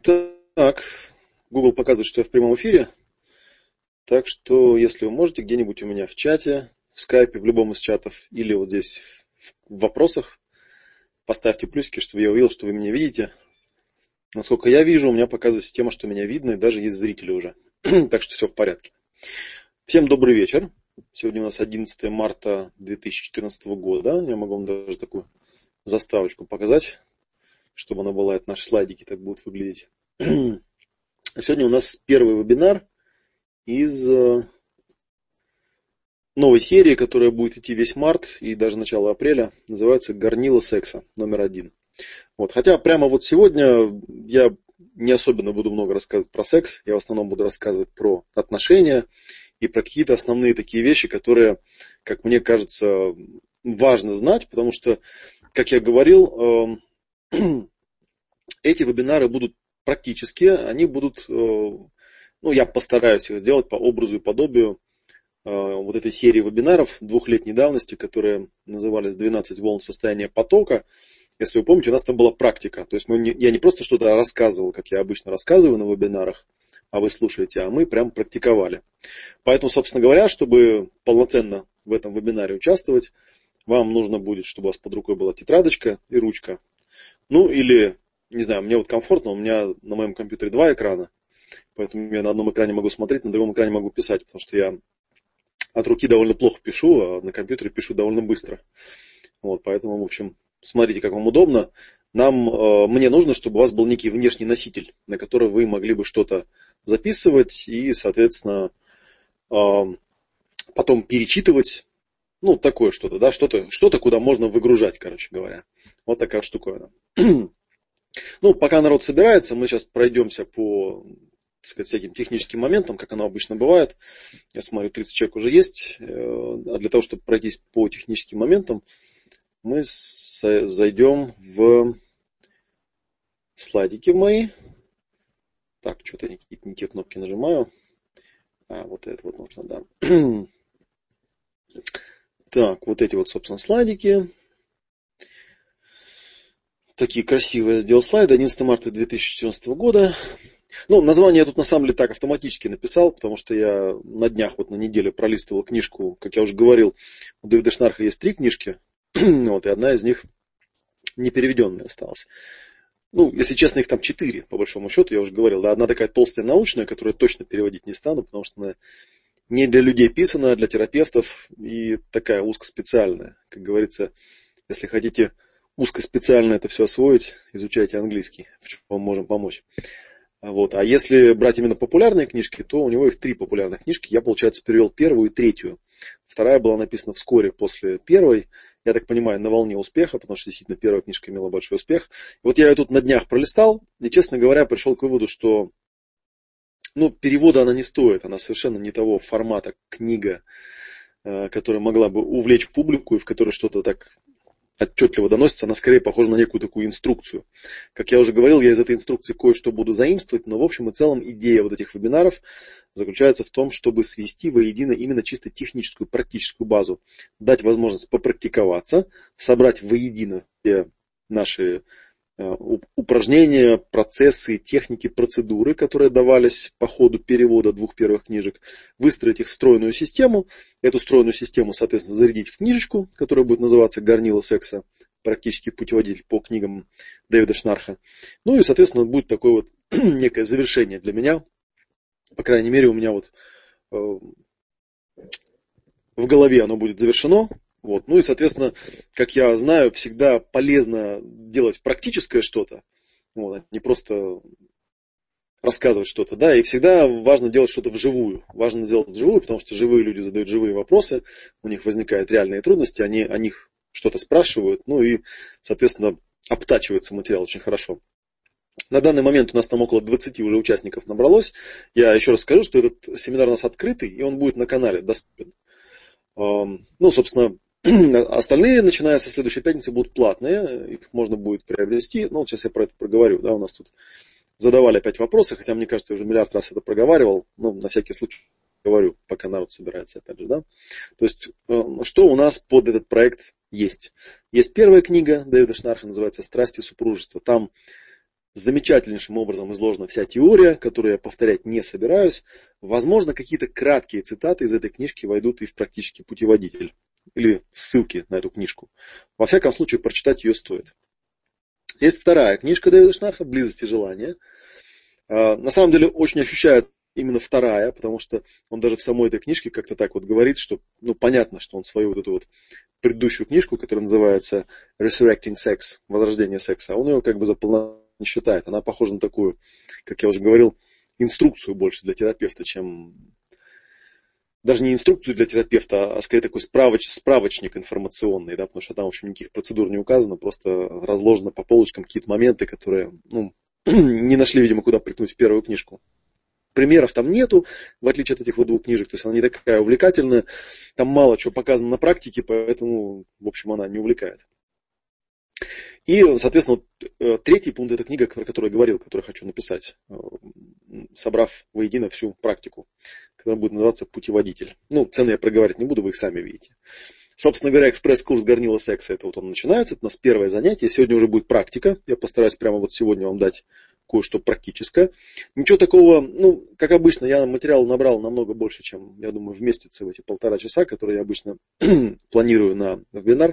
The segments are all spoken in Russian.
Так, Google показывает, что я в прямом эфире. Так что, если вы можете, где-нибудь у меня в чате, в скайпе, в любом из чатов, или вот здесь в вопросах, поставьте плюсики, чтобы я увидел, что вы меня видите. Насколько я вижу, у меня показывает система, что меня видно, и даже есть зрители уже. Так что все в порядке. Всем добрый вечер. Сегодня у нас 11 марта 2014 года. Я могу вам даже такую заставочку показать, чтобы она была. Это наши слайдики так будут выглядеть. Сегодня у нас первый вебинар из новой серии, которая будет идти весь март и даже начало апреля. Называется «Горнило секса» номер 1. Вот. Хотя прямо вот сегодня я не особенно буду много рассказывать про секс. Я в основном буду рассказывать про отношения и про какие-то основные такие вещи, которые, как мне кажется, важно знать. Потому что, как я говорил, эти вебинары будут практические. Они будут, я постараюсь их сделать по образу и подобию вот этой серии вебинаров 2-летней давности, которые назывались «12 волн состояния потока». Если вы помните, у нас там была практика. То есть я не просто что-то рассказывал, как я обычно рассказываю на вебинарах, а вы слушаете, а мы прям практиковали. Поэтому, собственно говоря, чтобы полноценно в этом вебинаре участвовать, вам нужно будет, чтобы у вас под рукой была тетрадочка и ручка. Ну или, не знаю, мне вот комфортно, у меня на моем компьютере 2 экрана, поэтому я на одном экране могу смотреть, на другом экране могу писать, потому что я от руки довольно плохо пишу, а на компьютере пишу довольно быстро. Вот, поэтому, в общем, смотрите, как вам удобно. Мне нужно, чтобы у вас был некий внешний носитель, на который вы могли бы что-то записывать и, соответственно, потом перечитывать. Ну, такое что-то, да, что-то, куда можно выгружать, короче говоря. Вот такая штуковина. Ну, пока народ собирается, мы сейчас пройдемся по, так сказать, всяким техническим моментам, как оно обычно бывает. Я смотрю, 30 человек уже есть. А для того, чтобы пройтись по техническим моментам, мы зайдем в слайдики мои. Так, что-то я не те кнопки нажимаю. Вот это вот нужно, да. Так, вот эти вот, собственно, слайдики. Такие красивые я сделал слайды. 11 марта 2014 года. Ну, название я тут на самом деле так автоматически написал, потому что я на днях, вот на неделю пролистывал книжку, как я уже говорил, у Дэвида Шнарха есть 3 книжки, вот, и одна из них не переведенная осталась. Ну, если честно, их там 4, по большому счету, я уже говорил. Да, одна такая толстая научная, которую я точно переводить не стану, потому что она не для людей писана, а для терапевтов и такая узкоспециальная. Как говорится, если хотите узкоспециально это все освоить, изучайте английский, в чем мы можем помочь. Вот. А если брать именно популярные книжки, то у него их 3 популярных книжки. Я, получается, перевел 1-ю и 3-ю. 2-я была написана вскоре после 1-й. Я так понимаю, на волне успеха, потому что действительно 1-я книжка имела большой успех. И вот я ее тут на днях пролистал, и, честно говоря, пришел к выводу, что перевода она не стоит. Она совершенно не того формата книга, которая могла бы увлечь публику и в которой что-то так отчетливо доносится, она скорее похожа на некую такую инструкцию. Как я уже говорил, я из этой инструкции кое-что буду заимствовать, но в общем и целом идея вот этих вебинаров заключается в том, чтобы свести воедино именно чисто техническую, практическую базу, дать возможность попрактиковаться, собрать воедино все наши упражнения, процессы, техники, процедуры, которые давались по ходу перевода 2 первых книжек, выстроить их в стройную систему, эту стройную систему, соответственно, зарядить в книжечку, которая будет называться «Горнило секса», практически путеводитель по книгам Дэвида Шнарха. Ну и, соответственно, будет такое вот некое завершение для меня. По крайней мере, у меня вот в голове оно будет завершено. Вот. Ну и, соответственно, как я знаю, всегда полезно делать практическое что-то, вот, не просто рассказывать что-то, да, и всегда важно делать что-то вживую. Важно сделать вживую, потому что живые люди задают живые вопросы, у них возникают реальные трудности, они о них что-то спрашивают, ну и, соответственно, обтачивается материал очень хорошо. На данный момент у нас там около 20 уже участников набралось. Я еще раз скажу, что этот семинар у нас открытый, и он будет на канале доступен. Ну, собственно, остальные, начиная со следующей пятницы, будут платные, их можно будет приобрести. Ну, вот сейчас я про это проговорю, да, у нас тут задавали опять вопросы, хотя, мне кажется, я уже миллиард раз это проговаривал, но на всякий случай говорю, пока народ собирается, опять же, да. То есть, что у нас под этот проект есть? Есть 1-я книга Дэвида Шнарха, называется «Страсти супружества». Там замечательнейшим образом изложена вся теория, которую я повторять не собираюсь. Возможно, какие-то краткие цитаты из этой книжки войдут и в практический путеводитель. Или ссылки на эту книжку. Во всяком случае, прочитать ее стоит. Есть вторая книжка Дэвида Шнарха «Близость и желание». На самом деле, очень ощущает именно вторая, потому что он даже в самой этой книжке как-то так вот говорит, что понятно, что он свою вот эту вот предыдущую книжку, которая называется Resurrecting Sex, Возрождение секса, он ее как бы за полноценную не считает. Она похожа на такую, как я уже говорил, инструкцию больше для терапевта, чем... Даже не инструкцию для терапевта, а скорее такой справочник информационный, да, потому что там, в общем, никаких процедур не указано, просто разложено по полочкам какие-то моменты, которые не нашли, видимо, куда приткнуть в первую книжку. Примеров там нету, в отличие от этих вот двух книжек, то есть она не такая увлекательная, там мало чего показано на практике, поэтому, в общем, она не увлекает. И, соответственно, третий пункт – это книга, про которую я говорил, которую хочу написать, собрав воедино всю практику, которая будет называться «Путеводитель». Цены я проговаривать не буду, вы их сами видите. Собственно говоря, экспресс-курс «Горнило секса» – это вот он начинается, это у нас первое занятие. Сегодня уже будет практика, я постараюсь прямо вот сегодня вам дать кое-что практическое. Ничего такого, как обычно, я материала набрал намного больше, чем, я думаю, вместится в эти 1,5 часа, которые я обычно планирую на вебинар.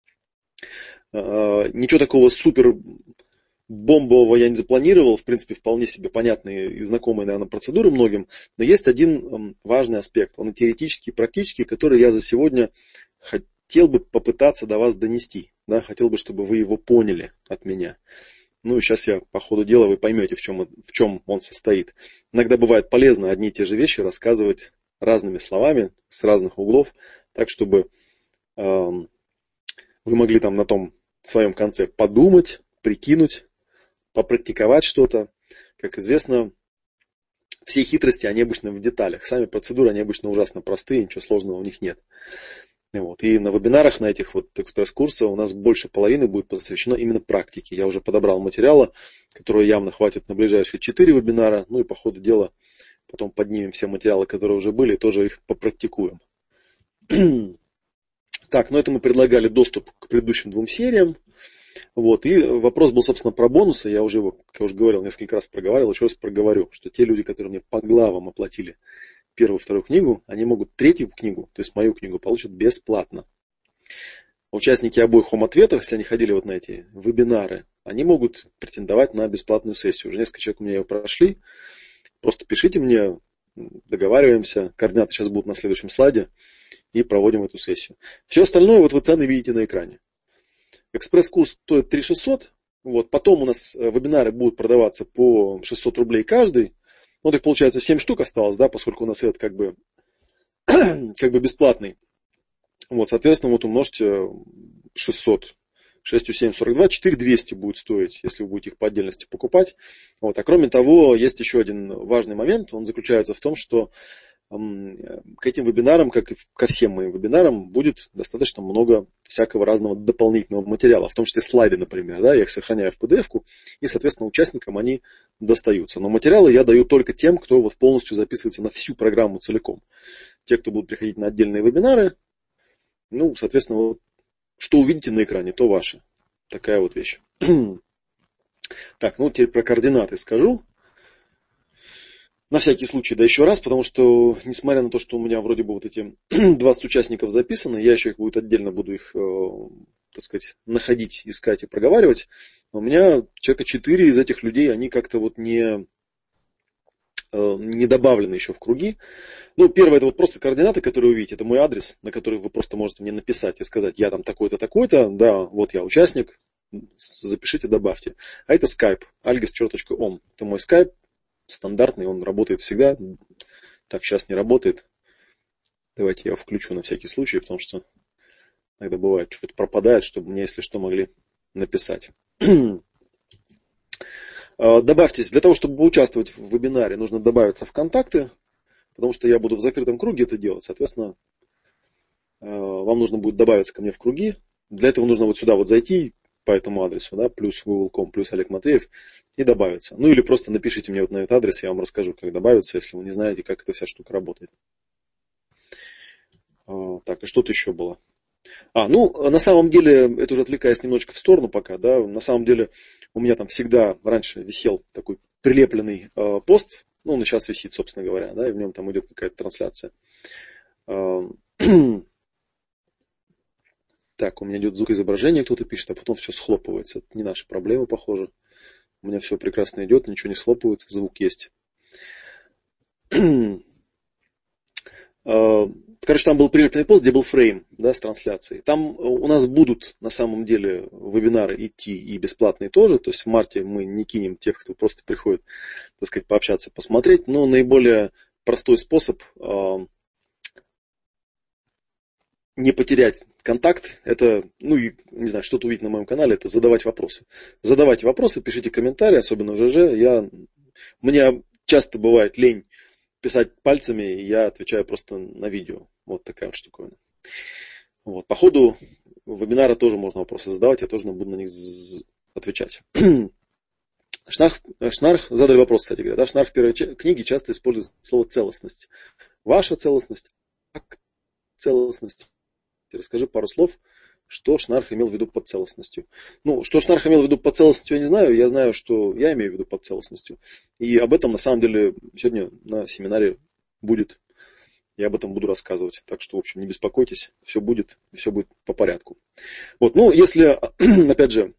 Ничего такого супер бомбового я не запланировал, в принципе, вполне себе понятные и знакомые, наверное, процедуры многим, но есть один важный аспект, он и теоретический, и практический, который я за сегодня хотел бы попытаться до вас донести, да, хотел бы, чтобы вы его поняли от меня. И сейчас я по ходу дела вы поймете, в чем он состоит. Иногда бывает полезно одни и те же вещи рассказывать разными словами, с разных углов, так, чтобы вы могли там на том своем конце подумать, прикинуть, попрактиковать что-то. Как известно, все хитрости, они обычно в деталях. Сами процедуры, они обычно ужасно простые, ничего сложного у них нет. И на вебинарах, на этих вот экспресс-курсах у нас больше половины будет посвящено именно практике. Я уже подобрал материала, которого явно хватит на ближайшие 4 вебинара. И по ходу дела потом поднимем все материалы, которые уже были, и тоже их попрактикуем. Так, это мы предлагали доступ к предыдущим 2 сериям. И вопрос был, собственно, про бонусы. Я уже его, как я уже говорил, несколько раз проговаривал, еще раз проговорю, что те люди, которые мне по главам оплатили первую, вторую книгу, они могут третью книгу, то есть мою книгу, получат бесплатно. Участники обоих хом-ответов, если они ходили вот на эти вебинары, они могут претендовать на бесплатную сессию. Уже несколько человек у меня ее прошли. Просто пишите мне, договариваемся. Координаты сейчас будут на следующем слайде. И проводим эту сессию. Все остальное вы цены видите на экране. Экспресс-курс стоит 3600. Потом у нас вебинары будут продаваться по 600 рублей каждый. Их получается 7 штук осталось, да, поскольку у нас этот как бы бесплатный. Соответственно, умножьте 600. 6 7, 42, 4200 будет стоить, если вы будете их по отдельности покупать. А кроме того, есть еще один важный момент. Он заключается в том, что к этим вебинарам, как и ко всем моим вебинарам, будет достаточно много всякого разного дополнительного материала, в том числе слайды, например. Да, я их сохраняю в PDF-ку, и, соответственно, участникам они достаются. Но материалы я даю только тем, кто полностью записывается на всю программу целиком. Те, кто будут приходить на отдельные вебинары, соответственно, что увидите на экране, то ваше. Такая вот вещь. Так, теперь про координаты скажу. На всякий случай, да еще раз, потому что, несмотря на то, что у меня вроде бы эти 20 участников записаны, я еще их отдельно буду их, так сказать, находить, искать и проговаривать. У меня человека 4 из этих людей, они как-то не добавлены еще в круги. Первое, это просто координаты, которые вы видите, это мой адрес, на который вы просто можете мне написать и сказать, я там такой-то, такой-то, да, я участник, запишите, добавьте. А это Skype, algis.om, это мой Skype. Стандартный, он работает всегда. Так, сейчас не работает. Давайте я его включу на всякий случай, потому что иногда бывает, что-то пропадает, чтобы мне, если что, могли написать. Добавьтесь, для того, чтобы участвовать в вебинаре, нужно добавиться в контакты, потому что я буду в закрытом круге это делать. Соответственно, вам нужно будет добавиться ко мне в круги. Для этого нужно сюда зайти, по этому адресу, да, плюс google.com, плюс Олег Матвеев, и добавиться. Или просто напишите мне на этот адрес, я вам расскажу, как добавиться, если вы не знаете, как эта вся штука работает. Так, и что-то еще было. На самом деле, это уже отвлекаясь немножечко в сторону пока, да, на самом деле, У меня там всегда раньше висел такой прилепленный пост, ну, он и сейчас висит, собственно говоря, да, и в нем там идет какая-то трансляция. Так, у меня идет звукоизображение, кто-то пишет, а потом все схлопывается. Это не наши проблемы, похоже. У меня все прекрасно идет, ничего не схлопывается, звук есть. Короче, там был прилепленный пост, где был фрейм, да, с трансляцией. Там у нас будут на самом деле вебинары идти и бесплатные тоже. То есть в марте мы не кинем тех, кто просто приходит, так сказать, пообщаться, посмотреть. Но наиболее простой способ не потерять контакт, это, ну и, не знаю, что-то увидеть на моем канале, это задавать вопросы. Задавайте вопросы, пишите комментарии, особенно в ЖЖ. Мне часто бывает лень писать пальцами, я отвечаю просто на видео. Вот такая вот штуковина. Вот. По ходу вебинара тоже можно вопросы задавать, я тоже буду на них отвечать. Шнарх задали вопрос, кстати говоря. Да, Шнарх в первой книге часто использует слово целостность. Ваша целостность, как целостность. Расскажи пару слов, что Шнарх имел в виду под целостностью. Ну, что Шнарх имел в виду под целостностью, я не знаю. Я знаю, что я имею в виду под целостностью. И об этом, на самом деле, сегодня на семинаре будет. Я об этом буду рассказывать. Так что, в общем, не беспокойтесь. Все будет по порядку. Вот, ну, если, опять же,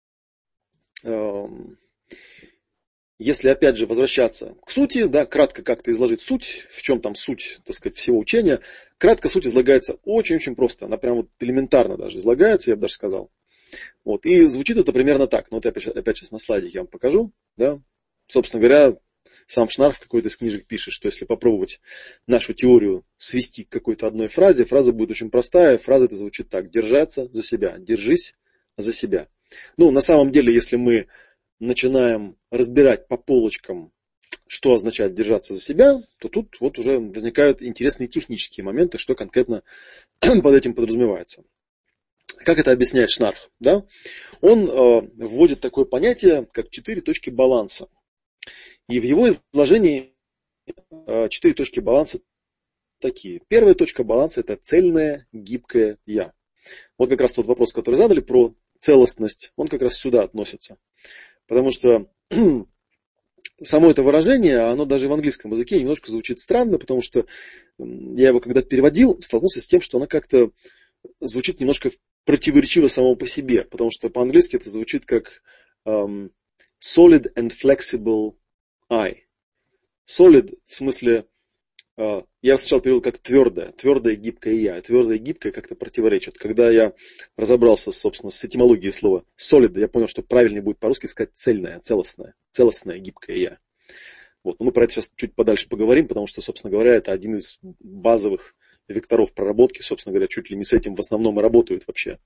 возвращаться к сути, да, кратко как-то изложить суть, в чем там суть, так сказать, всего учения, кратко суть излагается очень-очень просто. Она прям вот элементарно даже излагается, я бы даже сказал. Вот. И звучит это примерно так. Ну, вот опять сейчас на слайде я вам покажу. Да. Собственно говоря, сам Шнарх в какой-то из книжек пишет, что если попробовать нашу теорию свести к какой-то одной фразе, фраза будет очень простая. Фраза эта звучит так. Держаться за себя. Держись за себя. Ну, на самом деле, если мы начинаем разбирать по полочкам, что означает держаться за себя, то тут вот уже возникают интересные технические моменты, что конкретно под этим подразумевается. Как это объясняет Шнарх? Да? Он вводит такое понятие, как 4 точки баланса. И в его изложении 4 точки баланса такие. Первая точка баланса – это цельное, гибкое «я». Вот как раз тот вопрос, который задали про целостность, он как раз сюда относится. Потому что само это выражение, оно даже в английском языке немножко звучит странно, потому что я его когда переводил, столкнулся с тем, что оно как-то звучит немножко противоречиво само по себе. Потому что по-английски это звучит как solid and flexible I. Solid в смысле, я сначала перевел как твердое и гибкое я. Твердое и гибкое как-то противоречат. Когда я разобрался, собственно, с этимологией слова solid, я понял, что правильнее будет по-русски сказать цельное, целостное, гибкое я. Вот. Но мы про это сейчас чуть подальше поговорим, потому что, собственно говоря, это один из базовых векторов проработки. Собственно говоря, чуть ли не с этим в основном и работают вообще.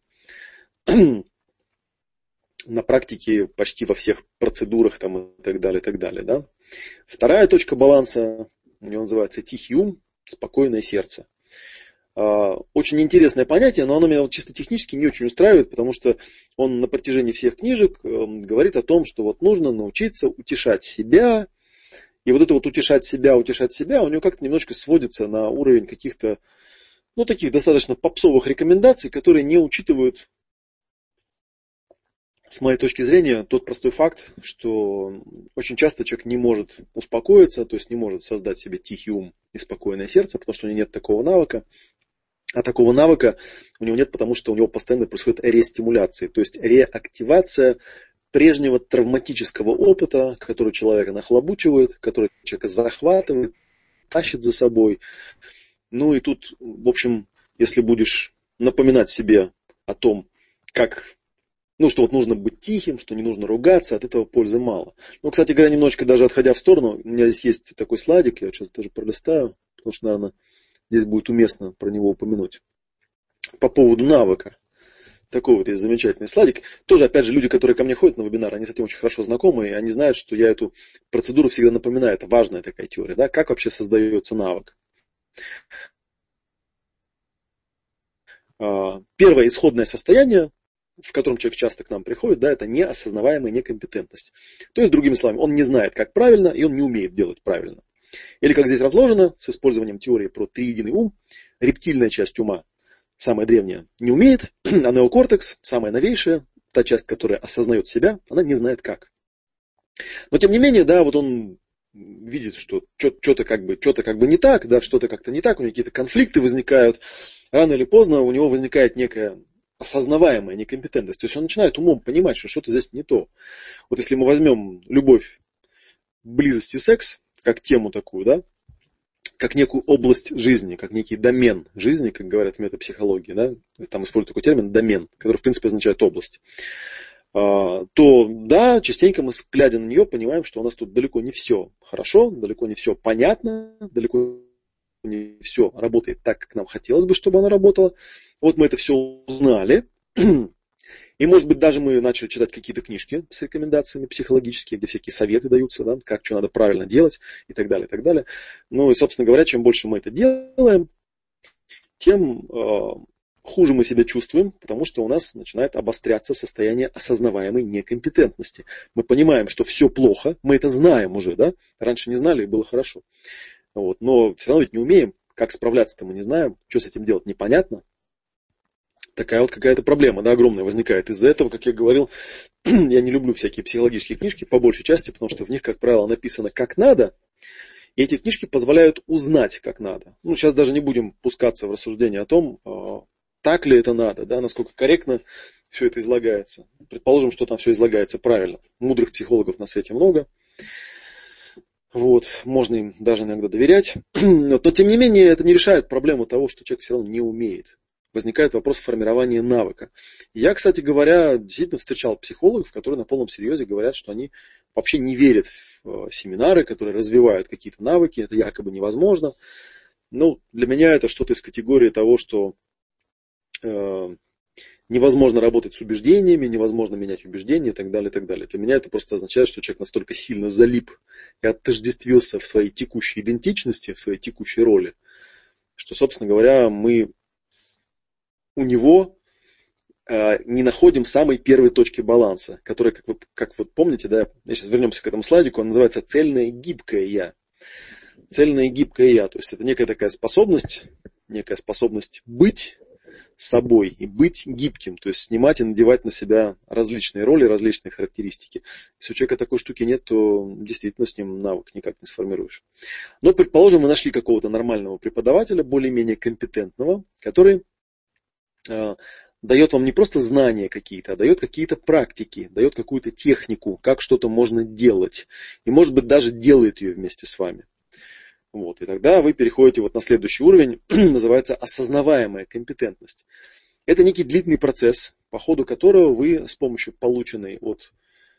На практике почти во всех процедурах там, и так далее. Да? Вторая точка баланса, у него называется тихий ум, спокойное сердце. Очень интересное понятие, но оно меня чисто технически не очень устраивает, потому что он на протяжении всех книжек говорит о том, что вот нужно научиться утешать себя. И вот это вот утешать себя, у него как-то немножко сводится на уровень каких-то, ну, таких достаточно попсовых рекомендаций, которые не учитывают, с моей точки зрения, тот простой факт, что очень часто человек не может успокоиться, то есть не может создать себе тихий ум и спокойное сердце, потому что у него нет такого навыка. А такого навыка у него нет, потому что у него постоянно происходит рестимуляция, то есть реактивация прежнего травматического опыта, который человека нахлобучивает, который человека захватывает, тащит за собой. Ну и тут, в общем, если будешь напоминать себе о том, как... Ну, что вот нужно быть тихим, что не нужно ругаться, от этого пользы мало. Ну, кстати говоря, немножечко даже отходя в сторону, у меня здесь есть такой слайдик, я сейчас даже пролистаю, потому что, наверное, здесь будет уместно про него упомянуть. По поводу навыка. Такой вот есть замечательный слайдик. Тоже, опять же, люди, которые ко мне ходят на вебинары, они с этим очень хорошо знакомы, и они знают, что я эту процедуру всегда напоминаю. Это важная такая теория, да, как вообще создается навык. Первое исходное состояние, в котором человек часто к нам приходит, да, это неосознаваемая некомпетентность. То есть, другими словами, он не знает, как правильно, и он не умеет делать правильно. Или, как здесь разложено, с использованием теории про триединый ум, рептильная часть ума, самая древняя, не умеет, а неокортекс, самая новейшая, та часть, которая осознает себя, она не знает как. Но тем не менее, да, вот он видит, что что-то как бы не так, да, что-то как-то не так, у него какие-то конфликты возникают. Рано или поздно у него возникает некая осознаваемая некомпетентность. То есть он начинает умом понимать, что что-то здесь не то. Вот если мы возьмем любовь, близость и секс, как тему такую, да, как некую область жизни, как некий домен жизни, как говорят в метапсихологии, да, там используют такой термин домен, который в принципе означает область, то да, частенько мы, глядя на нее, понимаем, что у нас тут далеко не все хорошо, далеко не все понятно, далеко не все работает так, как нам хотелось бы, чтобы оно работало. Вот мы это все узнали. И, может быть, даже мы начали читать какие-то книжки с рекомендациями психологические, где всякие советы даются, да, как что надо правильно делать и так далее, и так далее. Ну и, собственно говоря, чем больше мы это делаем, тем хуже мы себя чувствуем, потому что у нас начинает обостряться состояние осознаваемой некомпетентности. Мы понимаем, что все плохо, мы это знаем уже, да, раньше не знали и было хорошо. Вот, но все равно ведь не умеем, как справляться-то мы не знаем, что с этим делать непонятно. Такая вот какая-то проблема, да, огромная возникает. Из-за этого, как я говорил, я не люблю всякие психологические книжки, по большей части, потому что в них, как правило, написано как надо, и эти книжки позволяют узнать, как надо. Ну, сейчас даже не будем пускаться в рассуждение о том, так ли это надо, да, насколько корректно все это излагается. Предположим, что там все излагается правильно. Мудрых психологов на свете много. Вот, можно им даже иногда доверять. Но тем не менее, это не решает проблему того, что человек все равно не умеет. Возникает вопрос формирования навыка. Я, кстати говоря, действительно встречал психологов, которые на полном серьезе говорят, что они вообще не верят в семинары, которые развивают какие-то навыки. Это якобы невозможно. Ну, для меня это что-то из категории того, что невозможно работать с убеждениями, невозможно менять убеждения и так далее, и так далее. Для меня это просто означает, что человек настолько сильно залип и отождествился в своей текущей идентичности, в своей текущей роли, что, собственно говоря, мы у него не находим самой первой точки баланса, которая, как вы помните, да, сейчас вернемся к этому слайдику, он называется цельное гибкое я. Цельное гибкое я, то есть это некая такая способность быть собой и быть гибким, то есть снимать и надевать на себя различные роли, различные характеристики. Если у человека такой штуки нет, то действительно с ним навык никак не сформируешь. Но, предположим, мы нашли какого-то нормального преподавателя, более-менее компетентного, который дает вам не просто знания какие-то, а дает какие-то практики, дает какую-то технику, как что-то можно делать. И, может быть, даже делает ее вместе с вами. Вот. И тогда вы переходите вот на следующий уровень, называется осознаваемая компетентность. Это некий длительный процесс, по ходу которого вы с помощью полученной от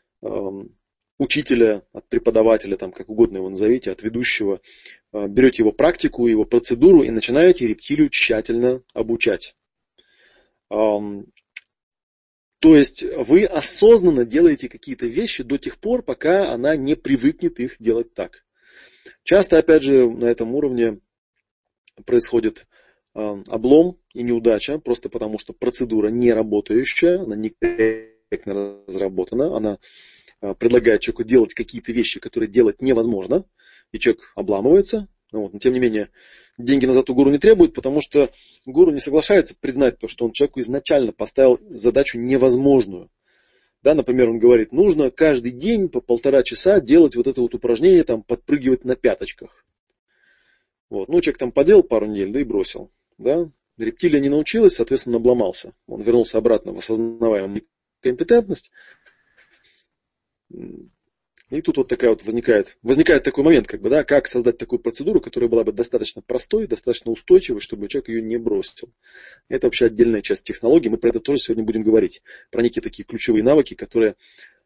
учителя, от преподавателя, там, как угодно его назовите, от ведущего, берете его практику, его процедуру и начинаете рептилию тщательно обучать. То есть вы осознанно делаете какие-то вещи до тех пор, пока она не привыкнет их делать так. Часто, опять же, на этом уровне происходит облом и неудача, просто потому что процедура не работающая, она некорректно разработана, она предлагает человеку делать какие-то вещи, которые делать невозможно, и человек обламывается. Вот. Но тем не менее, деньги назад у гуру не требуют, потому что гуру не соглашается признать то, что он человеку изначально поставил задачу невозможную. Да, например, он говорит, нужно каждый день по 1,5 часа делать вот это вот упражнение, там, подпрыгивать на пяточках. Вот. Ну, человек там поделал пару недель, да и бросил. Да. Рептилия не научилась, соответственно, обломался. Он вернулся обратно в осознаваемую компетентность. И тут вот такая вот возникает такой момент, как создать такую процедуру, которая была бы достаточно простой, достаточно устойчивой, чтобы человек ее не бросил. Это вообще отдельная часть технологий, мы про это тоже сегодня будем говорить. Про некие такие ключевые навыки, которые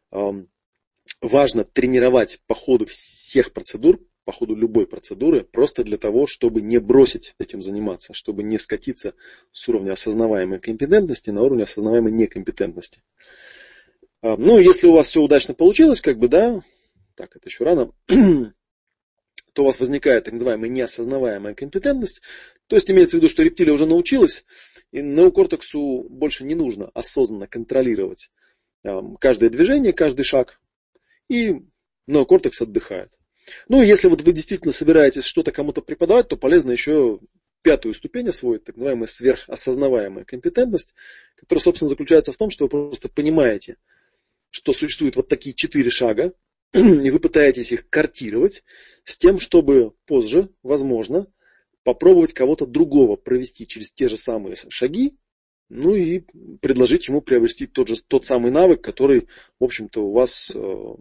важно тренировать по ходу всех процедур, по ходу любой процедуры, просто для того, чтобы не бросить этим заниматься, чтобы не скатиться с уровня осознаваемой компетентности на уровень осознаваемой некомпетентности. Ну, если у вас все удачно получилось, так, это еще рано, то у вас возникает так называемая неосознаваемая компетентность. То есть имеется в виду, что рептилия уже научилась, и неокортексу больше не нужно осознанно контролировать каждое движение, каждый шаг, и неокортекс отдыхает. Ну, если вот вы действительно собираетесь что-то кому-то преподавать, то полезно еще пятую ступень освоить, так называемая сверхосознаваемая компетентность, которая, собственно, заключается в том, что вы просто понимаете, что существуют вот такие 4 шага, и вы пытаетесь их картировать с тем, чтобы позже, возможно, попробовать кого-то другого провести через те же самые шаги, ну и предложить ему приобрести тот самый навык, который, в общем-то, у вас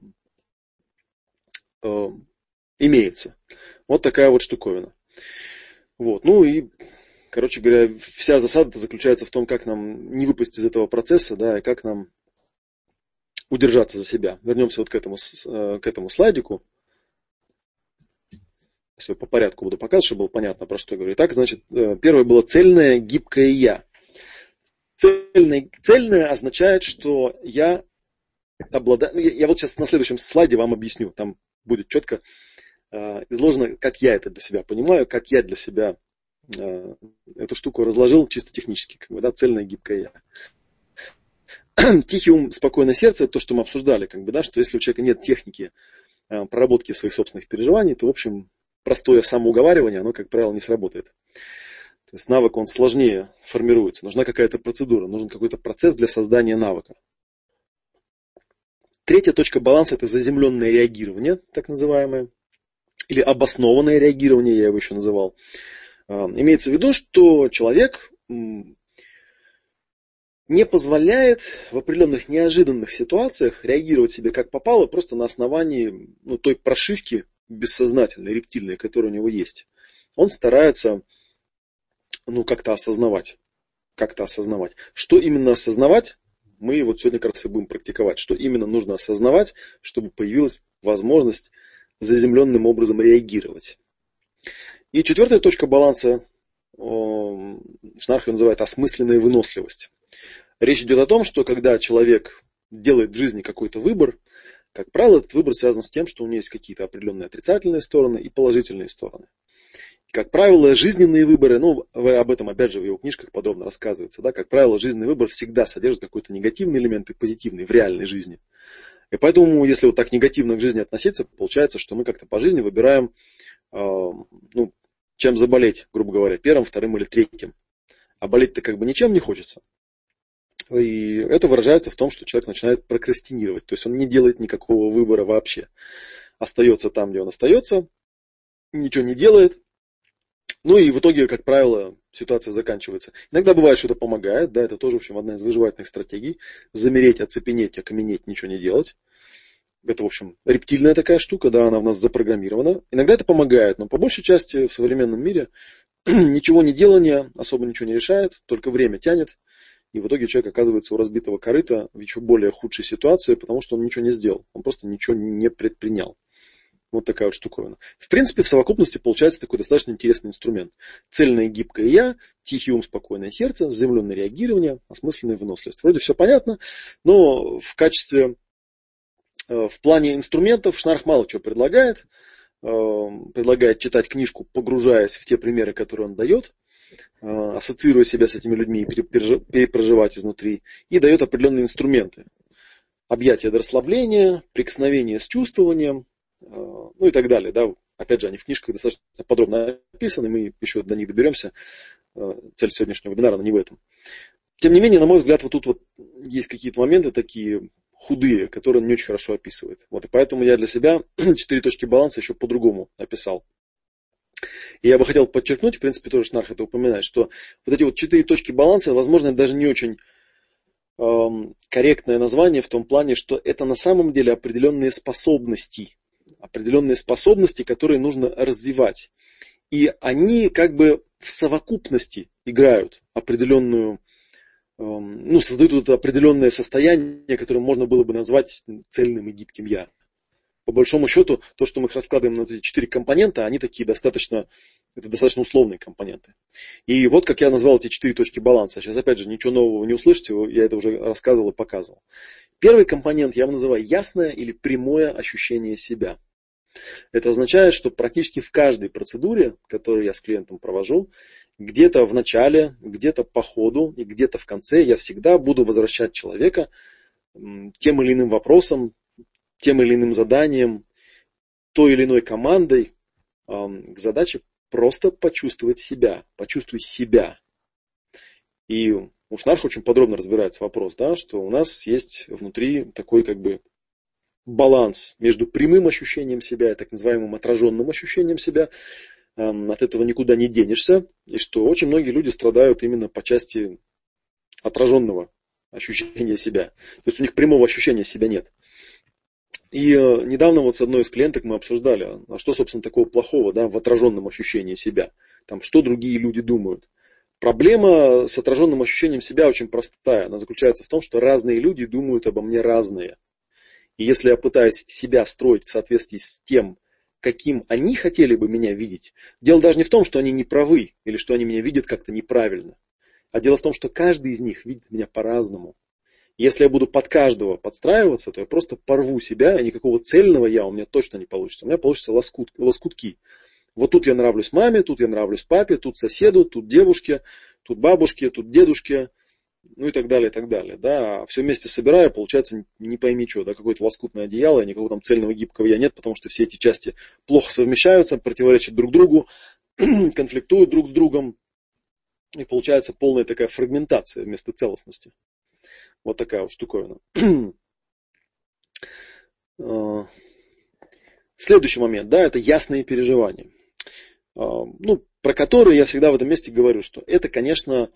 имеется. Вот такая вот штуковина. Вот. Ну и, короче говоря, вся засада заключается в том, как нам не выпасть из этого процесса, да, и как нам удержаться за себя. Вернемся вот к этому слайдику. Если я по порядку буду показывать, чтобы было понятно, про что я говорю. Итак, значит, первое было цельное, гибкое я. Цельное означает, что я обладаю... Я вот сейчас на следующем слайде вам объясню. Там будет четко изложено, как я это для себя понимаю, как я для себя эту штуку разложил чисто технически. Как бы, да, цельное, гибкое я. Тихий ум, спокойное сердце, то, что мы обсуждали, как бы, да, что если у человека нет техники проработки своих собственных переживаний, то, в общем, простое самоуговаривание, оно, как правило, не сработает. То есть навык, он сложнее формируется. Нужна какая-то процедура, нужен какой-то процесс для создания навыка. Третья точка баланса – это заземленное реагирование, так называемое, или обоснованное реагирование, я его еще называл. Имеется в виду, что человек не позволяет в определенных неожиданных ситуациях реагировать себе как попало, просто на основании той прошивки бессознательной, рептильной, которая у него есть. Он старается как-то осознавать. Что именно осознавать, мы вот сегодня как раз и будем практиковать. Что именно нужно осознавать, чтобы появилась возможность заземленным образом реагировать. И четвертая точка баланса, Шнарх ее называет осмысленная выносливость. Речь идет о том, что когда человек делает в жизни какой-то выбор, как правило, этот выбор связан с тем, что у него есть какие-то определенные отрицательные стороны и положительные стороны. И, как правило, жизненные выборы, об этом опять же в его книжках подробно рассказывается, да, как правило, жизненный выбор всегда содержит какой-то негативный элемент и позитивный в реальной жизни. И поэтому, если вот так негативно к жизни относиться, получается, что мы как-то по жизни выбираем, чем заболеть, грубо говоря, первым, вторым или третьим. А болеть-то как бы ничем не хочется. И это выражается в том, что человек начинает прокрастинировать. То есть он не делает никакого выбора вообще. Остается там, где он остается, ничего не делает. Ну и в итоге, как правило, ситуация заканчивается. Иногда бывает, что это помогает. Да, это тоже, в общем, одна из выживательных стратегий. Замереть, оцепенеть, окаменеть, ничего не делать. Это, в общем, рептильная такая штука, да, она в нас запрограммирована. Иногда это помогает, но по большей части в современном мире ничего не делание особо ничего не решает, только время тянет. И в итоге человек оказывается у разбитого корыта в еще более худшей ситуации, потому что он ничего не сделал. Он просто ничего не предпринял. Вот такая вот штуковина. В принципе, в совокупности получается такой достаточно интересный инструмент. Цельное и гибкое я, тихий ум, спокойное сердце, заземленное реагирование, осмысленная выносливость. Вроде все понятно, но в плане инструментов Шнарх мало чего предлагает. Предлагает читать книжку, погружаясь в те примеры, которые он дает, ассоциируя себя с этими людьми и перепроживать изнутри. И дает определенные инструменты. Объятия до расслабления, прикосновение с чувствованием, и так далее. Да. Опять же, они в книжках достаточно подробно описаны, мы еще до них доберемся. Цель сегодняшнего вебинара не в этом. Тем не менее, на мой взгляд, вот тут вот есть какие-то моменты такие худые, которые он не очень хорошо описывает. Вот, и поэтому я для себя 4 точки баланса еще по-другому описал. И я бы хотел подчеркнуть, в принципе, тоже Шнарх это упоминает, что вот эти вот 4 точки баланса, возможно, даже не очень корректное название в том плане, что это на самом деле определенные способности, которые нужно развивать. И они как бы в совокупности играют определенную, создают это определенное состояние, которое можно было бы назвать цельным и гибким я. По большому счету, то, что мы их раскладываем на эти 4 компонента, они такие достаточно условные компоненты. И вот как я назвал эти 4 точки баланса. Сейчас опять же ничего нового не услышите, я это уже рассказывал и показывал. Первый компонент я его называю ясное или прямое ощущение себя. Это означает, что практически в каждой процедуре, которую я с клиентом провожу, где-то в начале, где-то по ходу и где-то в конце я всегда буду возвращать человека тем или иным вопросом, тем или иным заданием, той или иной командой к задаче просто почувствовать себя. Почувствуй себя. И у Шнарха очень подробно разбирается вопрос, да, что у нас есть внутри такой как бы баланс между прямым ощущением себя и так называемым отраженным ощущением себя. От этого никуда не денешься. И что очень многие люди страдают именно по части отраженного ощущения себя. То есть у них прямого ощущения себя нет. И недавно вот с одной из клиенток мы обсуждали, а что, собственно, такого плохого, да, в отраженном ощущении себя. Там, что другие люди думают. Проблема с отраженным ощущением себя очень простая. Она заключается в том, что разные люди думают обо мне разные. И если я пытаюсь себя строить в соответствии с тем, каким они хотели бы меня видеть, дело даже не в том, что они не правы или что они меня видят как-то неправильно. А дело в том, что каждый из них видит меня по-разному. Если я буду под каждого подстраиваться, то я просто порву себя, и никакого цельного я у меня точно не получится. У меня получатся лоскутки. Вот тут я нравлюсь маме, тут я нравлюсь папе, тут соседу, тут девушке, тут бабушке, тут дедушке, ну и так далее, и так далее. Да? А все вместе собирая, получается не пойми что, да, какое-то лоскутное одеяло, никакого там цельного гибкого я нет, потому что все эти части плохо совмещаются, противоречат друг другу, конфликтуют друг с другом, и получается полная такая фрагментация вместо целостности. Вот такая вот штуковина. Следующий момент, да, это ясные переживания. Ну, про которые я всегда в этом месте говорю, что это, конечно,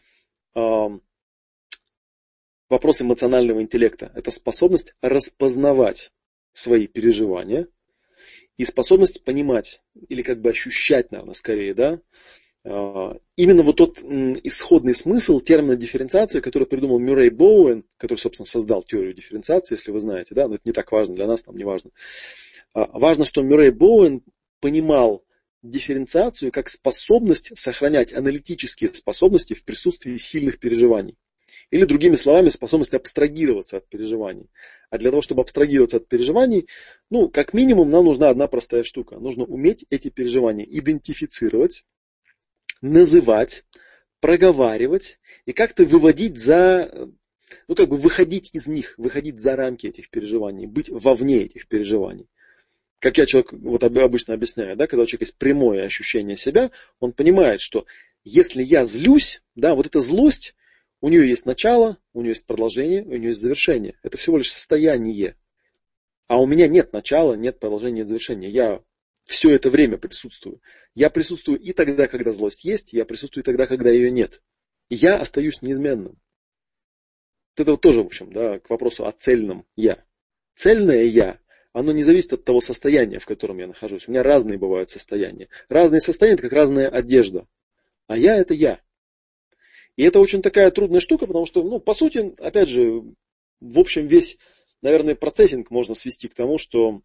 вопрос эмоционального интеллекта. Это способность распознавать свои переживания и способность понимать, или как бы ощущать, наверное, скорее, да, именно вот тот исходный смысл термина дифференциации, который придумал Мюррей Боуэн, который, собственно, создал теорию дифференциации, если вы знаете, да, но это не так важно для нас, там не важно. Важно, что Мюррей Боуэн понимал дифференциацию как способность сохранять аналитические способности в присутствии сильных переживаний. Или, другими словами, способность абстрагироваться от переживаний. А для того, чтобы абстрагироваться от переживаний, ну, как минимум, нам нужна одна простая штука. Нужно уметь эти переживания идентифицировать, называть, проговаривать и как-то выводить ну, как бы выходить из них, выходить за рамки этих переживаний, быть вовне этих переживаний. Как я человек вот обычно объясняю, да, когда у человека есть прямое ощущение себя, он понимает, что если я злюсь, да, вот эта злость, у нее есть начало, у нее есть продолжение, у нее есть завершение. Это всего лишь состояние. А у меня нет начала, нет продолжения, нет завершения. Я все это время присутствую. Я присутствую и тогда, когда злость есть, я присутствую и тогда, когда ее нет. И я остаюсь неизменным. Это вот тоже, в общем, да, к вопросу о цельном я. Цельное я, оно не зависит от того состояния, в котором я нахожусь. У меня разные бывают состояния. Разные состояния, это как разная одежда. А я это я. И это очень такая трудная штука, потому что, ну, по сути, опять же, в общем, весь, наверное, процессинг можно свести к тому, что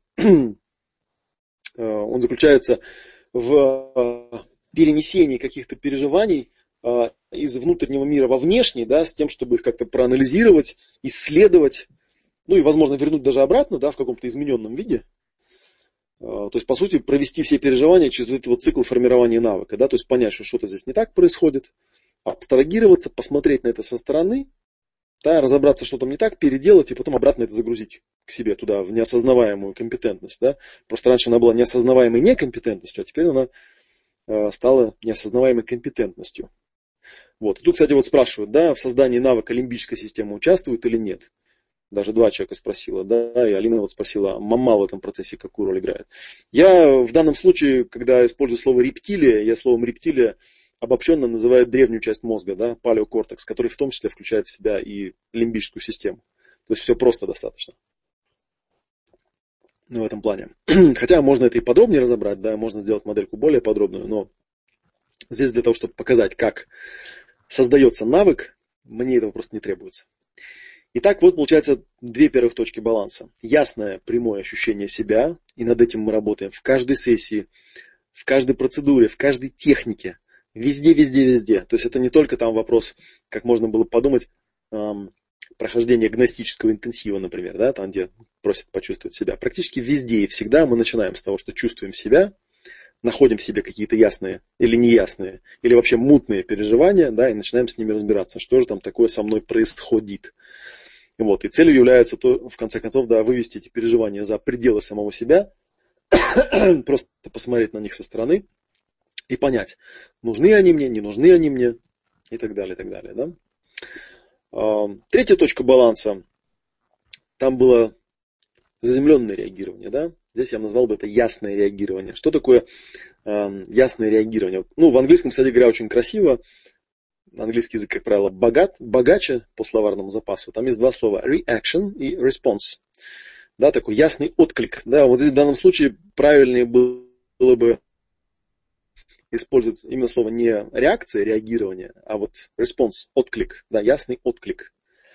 он заключается в перенесении каких-то переживаний из внутреннего мира во внешний, да, с тем, чтобы их как-то проанализировать, исследовать, ну и, возможно, вернуть даже обратно, да, в каком-то измененном виде. То есть, по сути, провести все переживания через вот этот вот цикл формирования навыка, да, то есть понять, что что-то здесь не так происходит, абстрагироваться, посмотреть на это со стороны, да, разобраться, что там не так, переделать и потом обратно это загрузить к себе туда, в неосознаваемую компетентность. Да. Просто раньше она была неосознаваемой некомпетентностью, а теперь она стала неосознаваемой компетентностью. Вот. И тут, кстати, вот спрашивают, да, в создании навыка лимбическая система участвует или нет. Даже два человека спросила, да, и Алина вот спросила, мама в этом процессе какую роль играет. Я в данном случае, когда использую слово рептилия, я словом рептилия обобщенно называю древнюю часть мозга, да, палеокортекс, который в том числе включает в себя и лимбическую систему. То есть все просто достаточно. В этом плане. Хотя можно это и подробнее разобрать, да, можно сделать модельку более подробную, но здесь для того, чтобы показать, как создается навык, мне этого просто не требуется. Итак, вот получается две первых точки баланса. Ясное прямое ощущение себя, и над этим мы работаем в каждой сессии, в каждой процедуре, в каждой технике, везде, везде, везде. То есть это не только там вопрос, как можно было подумать, прохождение гностического интенсива, например, да, там, где просят почувствовать себя. Практически везде и всегда мы начинаем с того, что чувствуем себя, находим в себе какие-то ясные или неясные, или вообще мутные переживания, да, и начинаем с ними разбираться, что же там такое со мной происходит. Вот. И целью является, то, в конце концов, да, вывести эти переживания за пределы самого себя, просто посмотреть на них со стороны и понять, нужны они мне, не нужны они мне и так далее, и так далее. Да? Третья точка баланса, там было заземленное реагирование. Да? Здесь я назвал бы это ясное реагирование. Что такое ясное реагирование? Ну, в английском, кстати говоря, очень красиво. Английский язык, как правило, богаче по словарному запасу. Там есть два слова reaction и response. Да, такой ясный отклик. Да, вот здесь в данном случае правильнее было бы использовать именно слово не реакция, реагирование, а вот response, отклик. Да, ясный отклик.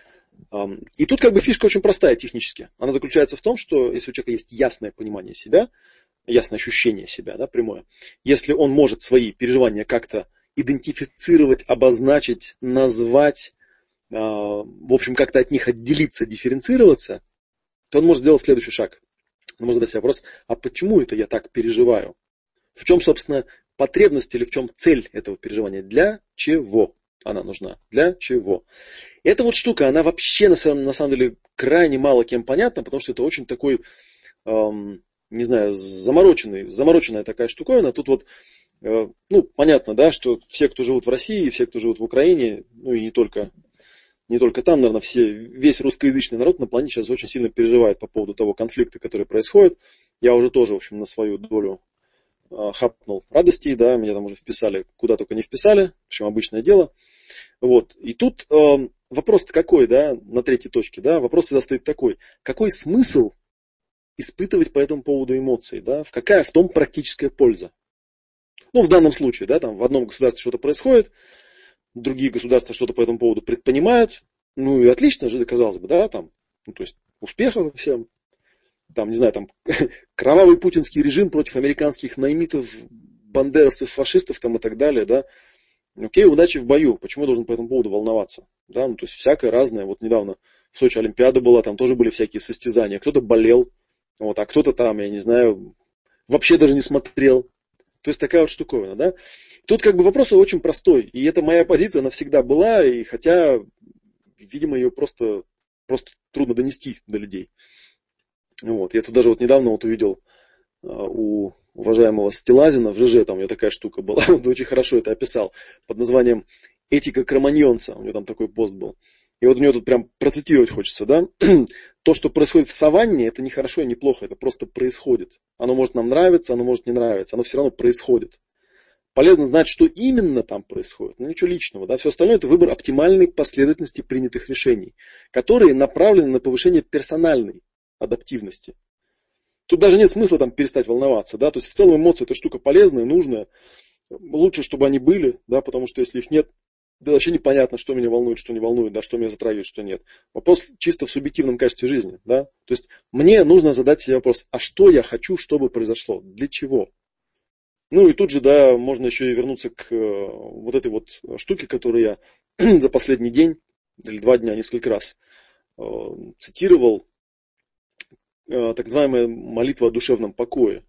И тут как бы фишка очень простая технически. Она заключается в том, что если у человека есть ясное понимание себя, ясное ощущение себя, да, прямое, если он может свои переживания как-то идентифицировать, обозначить, назвать, в общем, как-то от них отделиться, дифференцироваться, то он может сделать следующий шаг. Он может задать себе вопрос, а почему это я так переживаю? В чем, собственно, потребность или в чем цель этого переживания? Для чего она нужна? Для чего? Эта вот штука, она вообще на самом деле крайне мало кем понятна, потому что это очень такой, не знаю, замороченная такая штуковина. Тут вот, ну, понятно, да, что все, кто живут в России, все, кто живут в Украине, ну и не только там, наверное, весь русскоязычный народ на планете сейчас очень сильно переживает по поводу того конфликта, который происходит. Я уже тоже, в общем, на свою долю хапнул радостей, да, меня там уже вписали, куда только не вписали, в общем, обычное дело. Вот. И тут вопрос-то какой, да, на третьей точке, да, вопрос всегда стоит такой, какой смысл испытывать по этому поводу эмоции, да, какая в том практическая польза? Ну, в данном случае, да, там в одном государстве что-то происходит, другие государства что-то по этому поводу предпринимают, ну и отлично же, казалось бы, да, там, ну, то есть успехов всем, там, не знаю, там, кровавый путинский режим против американских наймитов, бандеровцев, фашистов там и так далее, да, окей, удачи в бою, почему я должен по этому поводу волноваться, да, ну, то есть всякое разное, вот недавно в Сочи Олимпиада была, там тоже были всякие состязания, кто-то болел, вот, а кто-то там, я не знаю, вообще даже не смотрел, то есть такая вот штуковина, да. Тут как бы вопрос очень простой, и это моя позиция, она всегда была, и хотя, видимо, ее просто трудно донести до людей. Вот. Я тут даже вот недавно вот увидел у уважаемого Стелазина в ЖЖ, там у него такая штука была, он очень хорошо это описал, под названием «Этика кроманьонца», у него там такой пост был. И вот у него тут прям процитировать хочется, да. То, что происходит в саванне, это не хорошо и не плохо, это просто происходит. Оно может нам нравиться, оно может не нравиться, оно все равно происходит. Полезно знать, что именно там происходит, но ничего личного. Да? Все остальное это выбор оптимальной последовательности принятых решений, которые направлены на повышение персональной адаптивности. Тут даже нет смысла там перестать волноваться. Да? То есть в целом эмоции это штука полезная, нужная. Лучше, чтобы они были, да? Потому что если их нет, да вообще непонятно, что меня волнует, что не волнует, да? Что меня затрагивает, что нет. Вопрос чисто в субъективном качестве жизни. Да? То есть мне нужно задать себе вопрос, а что я хочу, чтобы произошло? Для чего? Ну и тут же, да, можно еще и вернуться к вот этой вот штуке, которую я за последний день или 2 дня несколько раз цитировал, так называемая молитва о душевном покое.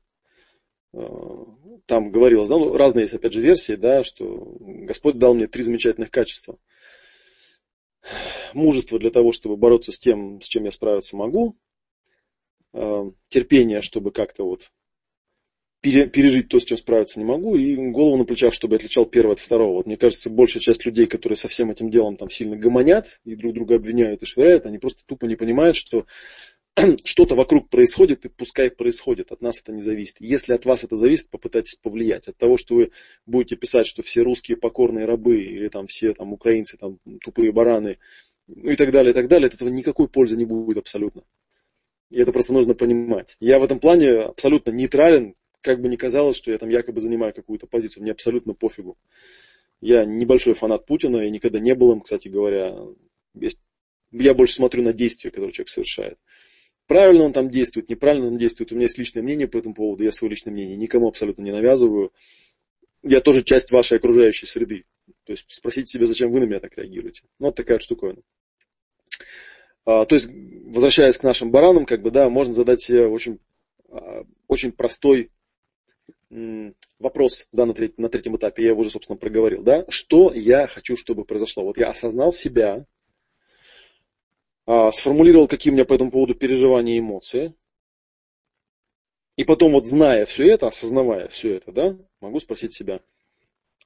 Там говорилось, да, ну, разные есть опять же версии, да, что Господь дал мне 3 замечательных качества. Мужество для того, чтобы бороться с тем, с чем я справиться могу. Терпение, чтобы как-то вот пережить то, с чем справиться не могу, и голову на плечах, чтобы я отличал первое от второго. Вот мне кажется, большая часть людей, которые со всем этим делом там сильно гомонят и друг друга обвиняют и швыряют, они просто тупо не понимают, что что-то вокруг происходит, и пускай происходит, от нас это не зависит. Если от вас это зависит, попытайтесь повлиять. От того, что вы будете писать, что все русские покорные рабы, или там все там украинцы там тупые бараны, ну и так далее, от этого никакой пользы не будет абсолютно. И это просто нужно понимать. Я в этом плане абсолютно нейтрален, как бы ни казалось, что я там якобы занимаю какую-то позицию, мне абсолютно пофигу. Я небольшой фанат Путина, и никогда не был им, кстати говоря. Я больше смотрю на действия, которые человек совершает. Правильно он там действует, неправильно он действует. У меня есть личное мнение по этому поводу, я свое личное мнение никому абсолютно не навязываю. Я тоже часть вашей окружающей среды. То есть спросите себя, зачем вы на меня так реагируете. Ну, вот такая вот штуковина. То есть, возвращаясь к нашим баранам, как бы, да, можно задать себе очень простой вопрос, да, на третьем этапе, я его уже, собственно, проговорил, да, что я хочу, чтобы произошло. Вот я осознал себя, сформулировал, какие у меня по этому поводу переживания и эмоции, и потом вот зная все это, осознавая все это, да, могу спросить себя,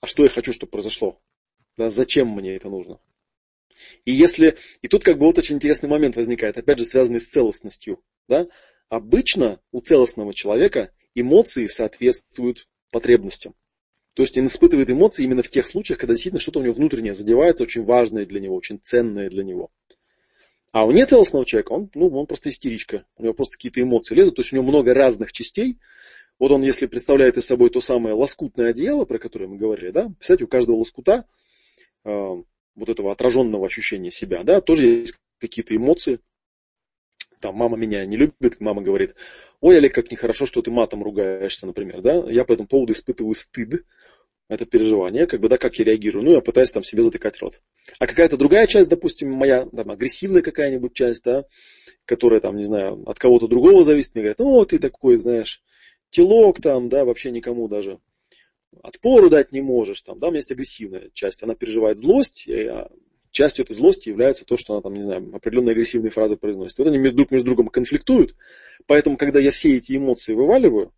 а что я хочу, чтобы произошло. Да, зачем мне это нужно. И тут как бы вот очень интересный момент возникает, опять же связанный с целостностью. Да? Обычно у целостного человека эмоции соответствуют потребностям. То есть он испытывает эмоции именно в тех случаях, когда действительно что-то у него внутреннее задевается, очень важное для него, очень ценное для него. А у нецелостного человека, он просто истеричка. У него просто какие-то эмоции лезут, то есть у него много разных частей. Вот он, если представляет из собой то самое лоскутное одеяло, про которое мы говорили, да, представьте, у каждого лоскута вот этого отраженного ощущения себя, да, тоже есть какие-то эмоции. Там мама меня не любит, мама говорит, ой, Олег, как нехорошо, что ты матом ругаешься, например, да. Я по этому поводу испытываю стыд, это переживание, как я реагирую, я пытаюсь там себе затыкать рот. А какая-то другая часть, допустим, моя, там, агрессивная какая-нибудь часть, да, которая там, не знаю, от кого-то другого зависит, мне говорят, ты такой, знаешь, телок там, да, вообще никому даже отпору дать не можешь, там, да, у меня есть агрессивная часть, она переживает злость, а частью этой злости является то, что она там, не знаю, определенные агрессивные фразы произносит. Вот они друг между другом конфликтуют, поэтому, когда я все эти эмоции вываливаю,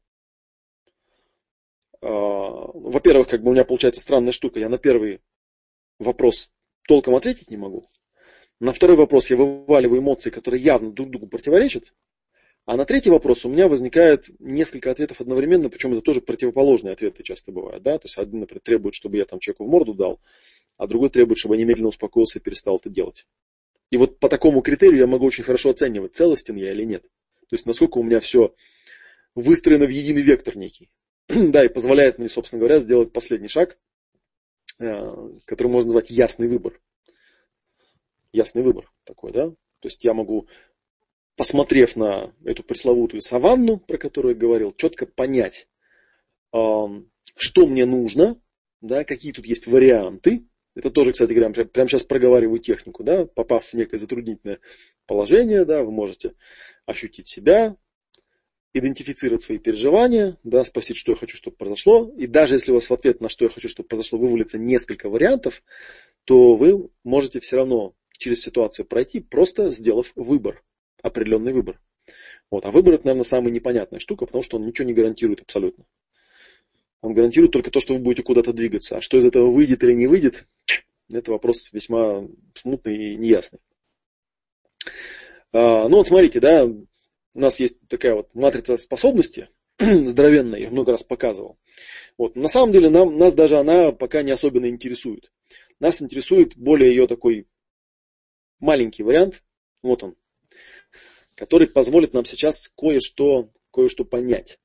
во-первых, у меня получается странная штука, я на первый вопрос толком ответить не могу, на второй вопрос я вываливаю эмоции, которые явно друг другу противоречат, а на третий вопрос у меня возникает несколько ответов одновременно, причем это тоже противоположные ответы часто бывают. Да? То есть один, например, требует, чтобы я там человеку в морду дал, а другой требует, чтобы я немедленно успокоился и перестал это делать. И вот по такому критерию я могу очень хорошо оценивать, целостен я или нет. То есть насколько у меня все выстроено в единый вектор некий. Да, и позволяет мне, собственно говоря, сделать последний шаг, который можно назвать ясный выбор. Ясный выбор такой, да. То есть я могу, посмотрев на эту пресловутую саванну, про которую я говорил, четко понять, что мне нужно, да, какие тут есть варианты. Это тоже, кстати говоря, прямо сейчас проговариваю технику, да, попав в некое затруднительное положение, да, вы можете ощутить себя, идентифицировать свои переживания, да, спросить, что я хочу, чтобы произошло. И даже если у вас в ответ на что я хочу, чтобы произошло, вывалится несколько вариантов, то вы можете все равно через ситуацию пройти, просто сделав выбор, определенный выбор. Вот. А выбор — это, наверное, самая непонятная штука, потому что он ничего не гарантирует абсолютно. Он гарантирует только то, что вы будете куда-то двигаться. А что из этого выйдет или не выйдет, это вопрос весьма смутный и неясный. Смотрите, да, у нас есть такая вот матрица способностей, здоровенная, я много раз показывал. Вот. На самом деле нас даже она пока не особенно интересует. Нас интересует более ее такой маленький вариант, вот он, который позволит нам сейчас кое-что понять.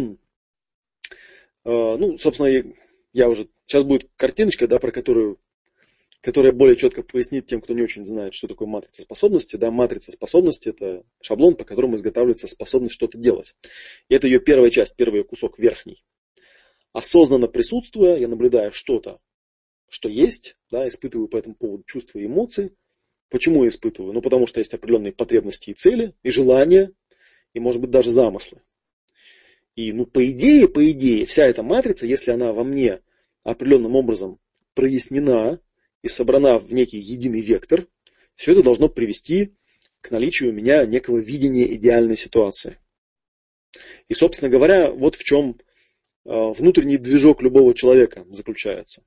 Собственно, я уже... Сейчас будет картиночка, да, которая более четко пояснит тем, кто не очень знает, что такое матрица способностей. Да, матрица способностей — это шаблон, по которому изготавливается способность что-то делать. И это ее первая часть, первый кусок верхний. Осознанно присутствуя, я наблюдаю что-то, что есть, да, испытываю по этому поводу чувства и эмоции. Почему я испытываю? Потому что есть определенные потребности и цели, и желания, и, может быть, даже замыслы. И, по идее, вся эта матрица, если она во мне определенным образом прояснена и собрана в некий единый вектор, все это должно привести к наличию у меня некого видения идеальной ситуации. И, собственно говоря, вот в чем внутренний движок любого человека заключается.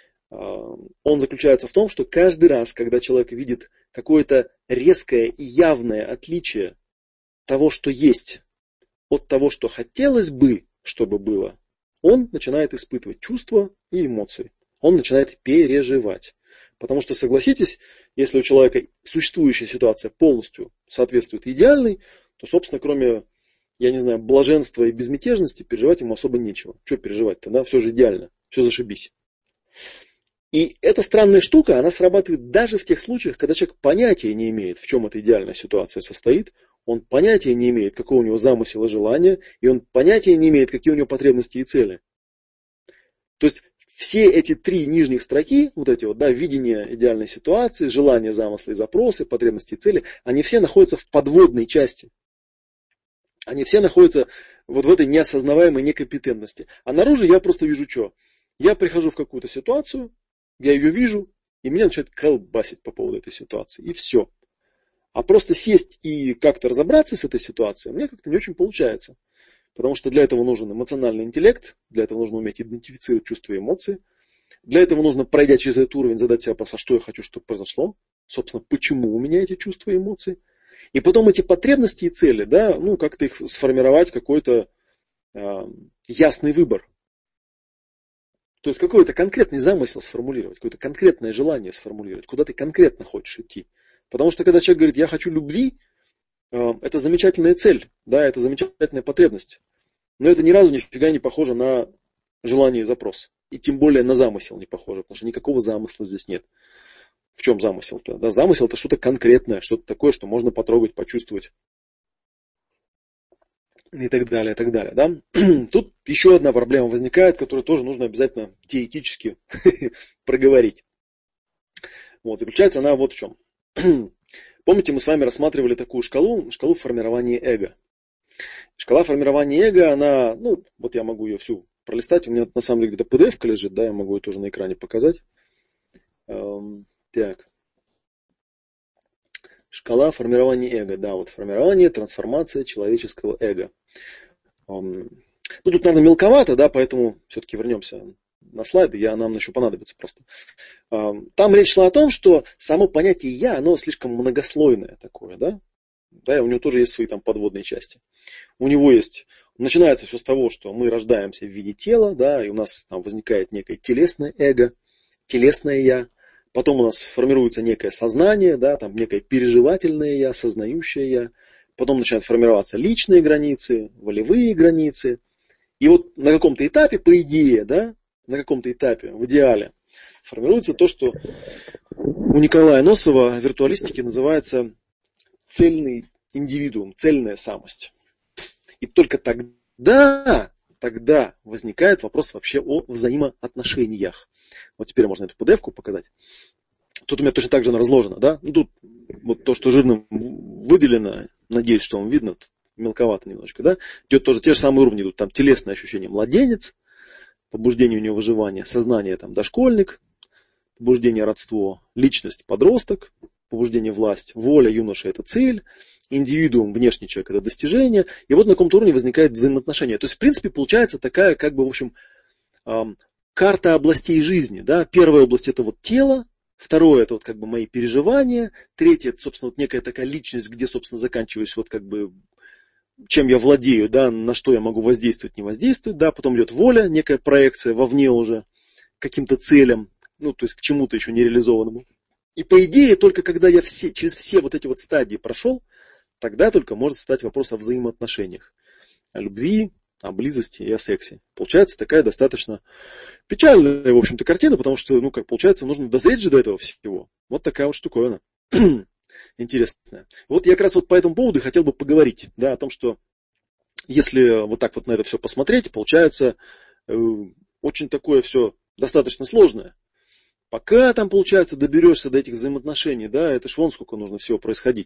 Он заключается в том, что каждый раз, когда человек видит какое-то резкое и явное отличие того, что есть, от того, что хотелось бы, чтобы было, он начинает испытывать чувства и эмоции. Он начинает переживать. Потому что, согласитесь, если у человека существующая ситуация полностью соответствует идеальной, то, собственно, кроме, блаженства и безмятежности, переживать ему особо нечего. Что переживать-то, да? Все же идеально, все зашибись. И эта странная штука, она срабатывает даже в тех случаях, когда человек понятия не имеет, в чем эта идеальная ситуация состоит. Он понятия не имеет, какого у него замысел и желания, и он понятия не имеет, какие у него потребности и цели. То есть все эти три нижних строки, видение идеальной ситуации, желания, замыслы и запросы, потребности и цели, они все находятся в подводной части. Они все находятся вот в этой неосознаваемой некомпетентности. А наружу я просто вижу что? Я прихожу в какую-то ситуацию, я ее вижу, и меня начинает колбасить по поводу этой ситуации. И все. А просто сесть и как-то разобраться с этой ситуацией мне как-то не очень получается. Потому что для этого нужен эмоциональный интеллект, для этого нужно уметь идентифицировать чувства и эмоции. Для этого нужно, пройдя через этот уровень, задать себе вопрос, а что я хочу, чтобы произошло? Собственно, почему у меня эти чувства и эмоции? И потом эти потребности и цели, да, ну, как-то их сформировать, какой-то ясный выбор. То есть какой-то конкретный замысел сформулировать, какое-то конкретное желание сформулировать, куда ты конкретно хочешь идти. Потому что когда человек говорит, я хочу любви, это замечательная цель, да, это замечательная потребность. Но это ни разу нифига не похоже на желание и запрос. И тем более на замысел не похоже, потому что никакого замысла здесь нет. В чем замысел-то? Да, замысел это что-то конкретное, что-то такое, что можно потрогать, почувствовать. И так далее, и так далее. Да? Тут еще одна проблема возникает, которую тоже нужно обязательно теоретически проговорить. Вот, заключается она вот в чем. Помните, мы с вами рассматривали такую шкалу формирования эго. Шкала формирования эго, она, ну, вот я могу ее всю пролистать, у меня на самом деле где-то PDF лежит, да, я могу ее тоже на экране показать. Так. Шкала формирования эго, да, вот формирование, трансформация человеческого эго. Ну, тут, наверное, мелковато, да, поэтому все-таки вернемся на слайды, нам еще понадобится просто. Там речь шла о том, что само понятие «я», оно слишком многослойное такое, да, и у него тоже есть свои там подводные части. У него есть, начинается все с того, что мы рождаемся в виде тела, да, и у нас там возникает некое телесное эго, телесное «я», потом у нас формируется некое сознание, да, там некое переживательное «я», сознающее «я», потом начинают формироваться личные границы, волевые границы, и вот на каком-то этапе, по идее, да, на каком-то этапе, в идеале, формируется то, что у Николая Носова в виртуалистике называется цельный индивидуум, цельная самость. И только тогда возникает вопрос вообще о взаимоотношениях. Вот теперь можно эту PDF-ку показать. Тут у меня точно так же она разложена, да? Ну, тут вот то, что жирным выделено, надеюсь, что вам видно, мелковато немножко, да? Идет тоже те же самые уровни, идут там телесное ощущение младенец, побуждение у него выживания, сознание там дошкольник, побуждение родство, личность подросток, побуждение власть, воля юноша это цель, индивидуум, внешний человек это достижение. И вот на каком-то уровне возникает взаимоотношение. То есть, в принципе, получается такая, как бы, в общем, карта областей жизни. Да? Первая область это вот тело, второе это вот как бы мои переживания, третье это, собственно, вот некая такая личность, где, собственно, заканчиваюсь вот как бы чем я владею, да, на что я могу воздействовать, не воздействовать, да, потом идет воля, некая проекция вовне уже к каким-то целям, ну, то есть к чему-то еще нереализованному. И по идее, только когда я через все вот эти вот стадии прошел, тогда только может встать вопрос о взаимоотношениях, о любви, о близости и о сексе. Получается такая достаточно печальная, в общем-то, картина, потому что, ну, как получается, нужно дозреть же до этого всего. Вот такая вот штуковина. Интересная. Вот я как раз вот по этому поводу хотел бы поговорить, да, о том, что если вот так вот на это все посмотреть, получается очень такое все достаточно сложное. Пока там, получается, доберешься до этих взаимоотношений, да, это ж вон сколько нужно всего проходить,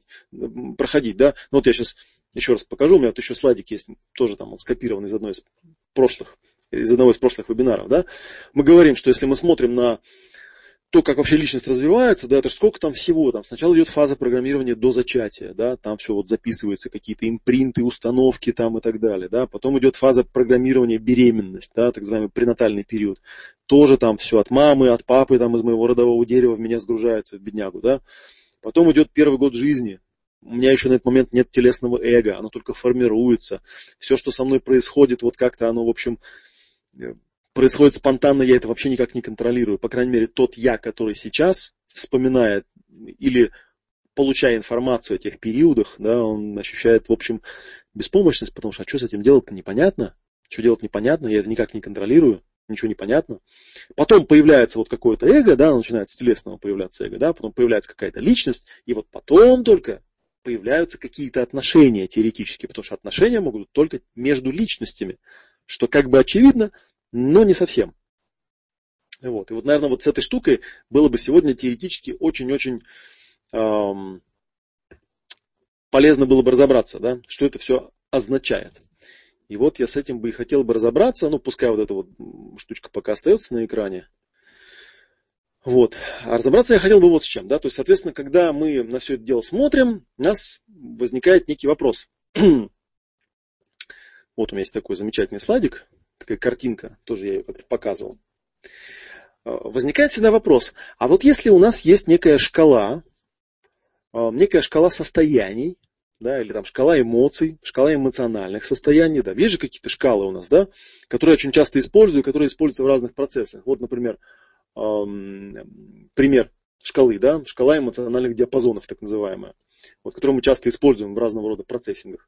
да. Ну вот я сейчас еще раз покажу, у меня вот еще слайдик есть, тоже там он скопирован из одного из прошлых вебинаров, да. Мы говорим, что если мы смотрим на то, как вообще личность развивается, да, это же сколько там всего, там сначала идет фаза программирования до зачатия, да, там все вот записывается, какие-то импринты, установки там и так далее, да, потом идет фаза программирования беременность, да, так называемый пренатальный период, тоже там все от мамы, от папы, там из моего родового дерева в меня сгружается, в беднягу, да, потом идет первый год жизни, у меня еще на этот момент нет телесного эго, оно только формируется, все, что со мной происходит, вот как-то оно, в общем, происходит спонтанно, я это вообще никак не контролирую. По крайней мере, тот я, который сейчас вспоминает или получая информацию о тех периодах, да, он ощущает, в общем, беспомощность, потому что а что с этим делать-то непонятно. Что делать непонятно, я это никак не контролирую, ничего не понятно. Потом появляется вот какое-то эго, да, начинает с телесного появляться эго, да, потом появляется какая-то личность, и вот потом только появляются какие-то отношения теоретически, потому что отношения могут быть только между личностями, что как бы очевидно, но не совсем. Вот. И вот, наверное, вот с этой штукой было бы сегодня теоретически очень-очень полезно было бы разобраться, да, что это все означает. И вот я с этим бы и хотел бы разобраться, ну, пускай вот эта вот штучка пока остается на экране. Вот. А разобраться я хотел бы вот с чем, да, то есть, соответственно, когда мы на все это дело смотрим, у нас возникает некий вопрос. Вот у меня есть такой замечательный слайдик, такая картинка, тоже я ее как-то показывал. возникает всегда вопрос, а вот если у нас есть некая шкала состояний, да, или там шкала эмоций, шкала эмоциональных состояний, да, есть же какие-то шкалы у нас, да, которые я очень часто использую, которые используются в разных процессах. Вот, например, пример шкалы, да, шкала эмоциональных диапазонов, так называемая, вот, которую мы часто используем в разного рода процессингах.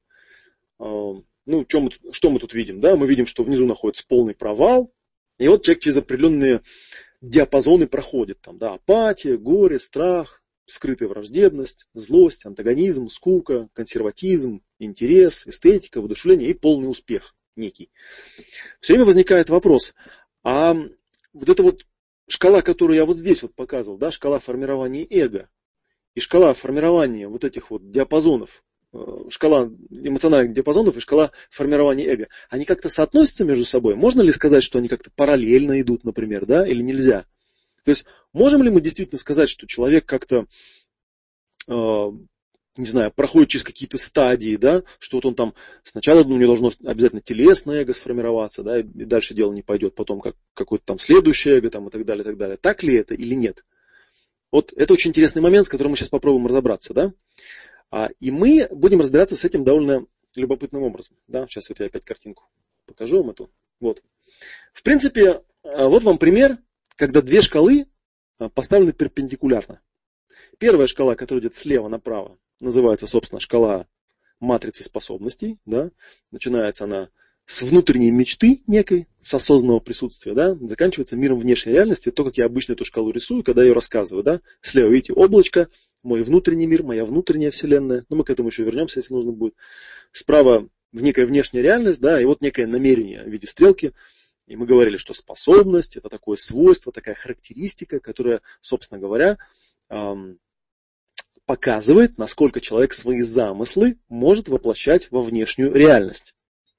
Что мы тут видим? Да? Мы видим, что внизу находится полный провал, и вот человек через определенные диапазоны проходит. Там, да, апатия, горе, страх, скрытая враждебность, злость, антагонизм, скука, консерватизм, интерес, эстетика, воодушевление и полный успех некий. Все время возникает вопрос, а вот эта вот шкала, которую я вот здесь вот показывал, да, шкала формирования эго и шкала формирования вот этих вот диапазонов, шкала эмоциональных диапазонов и шкала формирования эго, они как-то соотносятся между собой? Можно ли сказать, что они как-то параллельно идут, например, да, или нельзя? То есть, можем ли мы действительно сказать, что человек как-то, не знаю, проходит через какие-то стадии, да, что вот он там сначала у него должно обязательно телесное эго сформироваться, да, и дальше дело не пойдет, потом как какое-то там следующее эго там, и так далее, и так далее. Так ли это или нет? Вот это очень интересный момент, с которым мы сейчас попробуем разобраться, да. И мы будем разбираться с этим довольно любопытным образом. Да? Сейчас вот я опять картинку покажу вам эту. Вот. В принципе, вот вам пример, когда две шкалы поставлены перпендикулярно. Первая шкала, которая идет слева направо, называется, собственно, шкала матрицы способностей. Да? Начинается она с внутренней мечты некой, с осознанного присутствия, да? Заканчивается миром внешней реальности, то, как я обычно эту шкалу рисую, когда я ее рассказываю. Да? Слева, видите, облачко, мой внутренний мир, моя внутренняя вселенная. Но мы к этому еще вернемся, если нужно будет. Справа некая внешняя реальность, да, и вот некое намерение в виде стрелки. И мы говорили, что способность – это такое свойство, такая характеристика, которая, собственно говоря, показывает, насколько человек свои замыслы может воплощать во внешнюю реальность.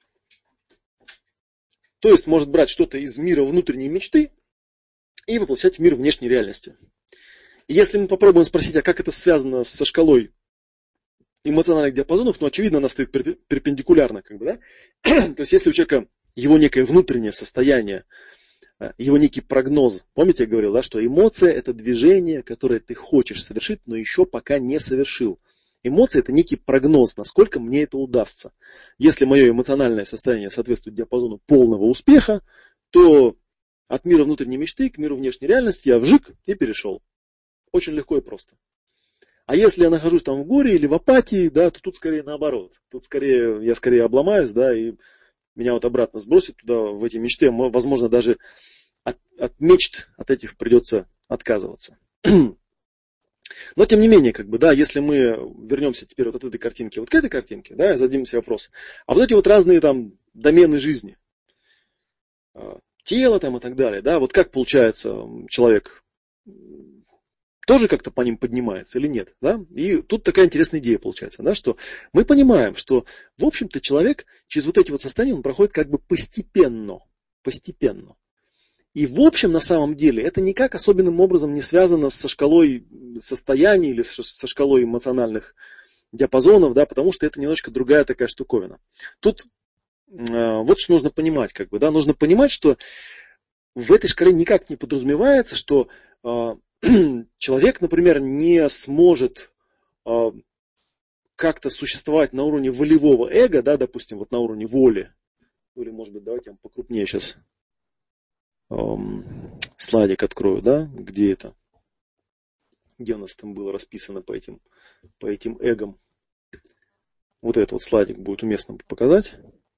То есть может брать что-то из мира внутренней мечты и воплощать в мир внешней реальности. И если мы попробуем спросить, а как это связано со шкалой эмоциональных диапазонов, ну, очевидно, она стоит перпендикулярно, как бы, да? То есть, если у человека его некое внутреннее состояние, его некий прогноз, помните, я говорил, да, что эмоция – это движение, которое ты хочешь совершить, но еще пока не совершил. Эмоция – это некий прогноз, насколько мне это удастся. Если мое эмоциональное состояние соответствует диапазону полного успеха, то от мира внутренней мечты к миру внешней реальности я вжик и перешел. Очень легко и просто. А если я нахожусь там в горе или в апатии, да, то тут скорее наоборот. Тут я скорее обломаюсь, да, и меня вот обратно сбросит туда, в эти мечты. Возможно, даже от мечт, от этих придется отказываться. Но тем не менее, как бы, да, если мы вернемся теперь вот от этой картинки вот к этой картинке, да, и зададим себе вопрос. А вот эти вот разные там домены жизни, тело там и так далее, да, вот как получается человек тоже как-то по ним поднимается или нет. Да? И тут такая интересная идея получается, да, что мы понимаем, что в общем-то человек через вот эти вот состояния он проходит как бы постепенно. Постепенно. И в общем на самом деле это никак особенным образом не связано со шкалой состояний или со шкалой эмоциональных диапазонов, да, потому что это немножко другая такая штуковина. Тут вот что нужно понимать. Как бы, да, нужно понимать, что в этой шкале никак не подразумевается, что человек, например, не сможет как-то существовать на уровне волевого эго, да, допустим, вот на уровне воли. Или, может быть, давайте я вам покрупнее сейчас слайдик открою, да, где это? Где у нас там было расписано по этим эгам? Вот этот вот слайдик будет уместно показать.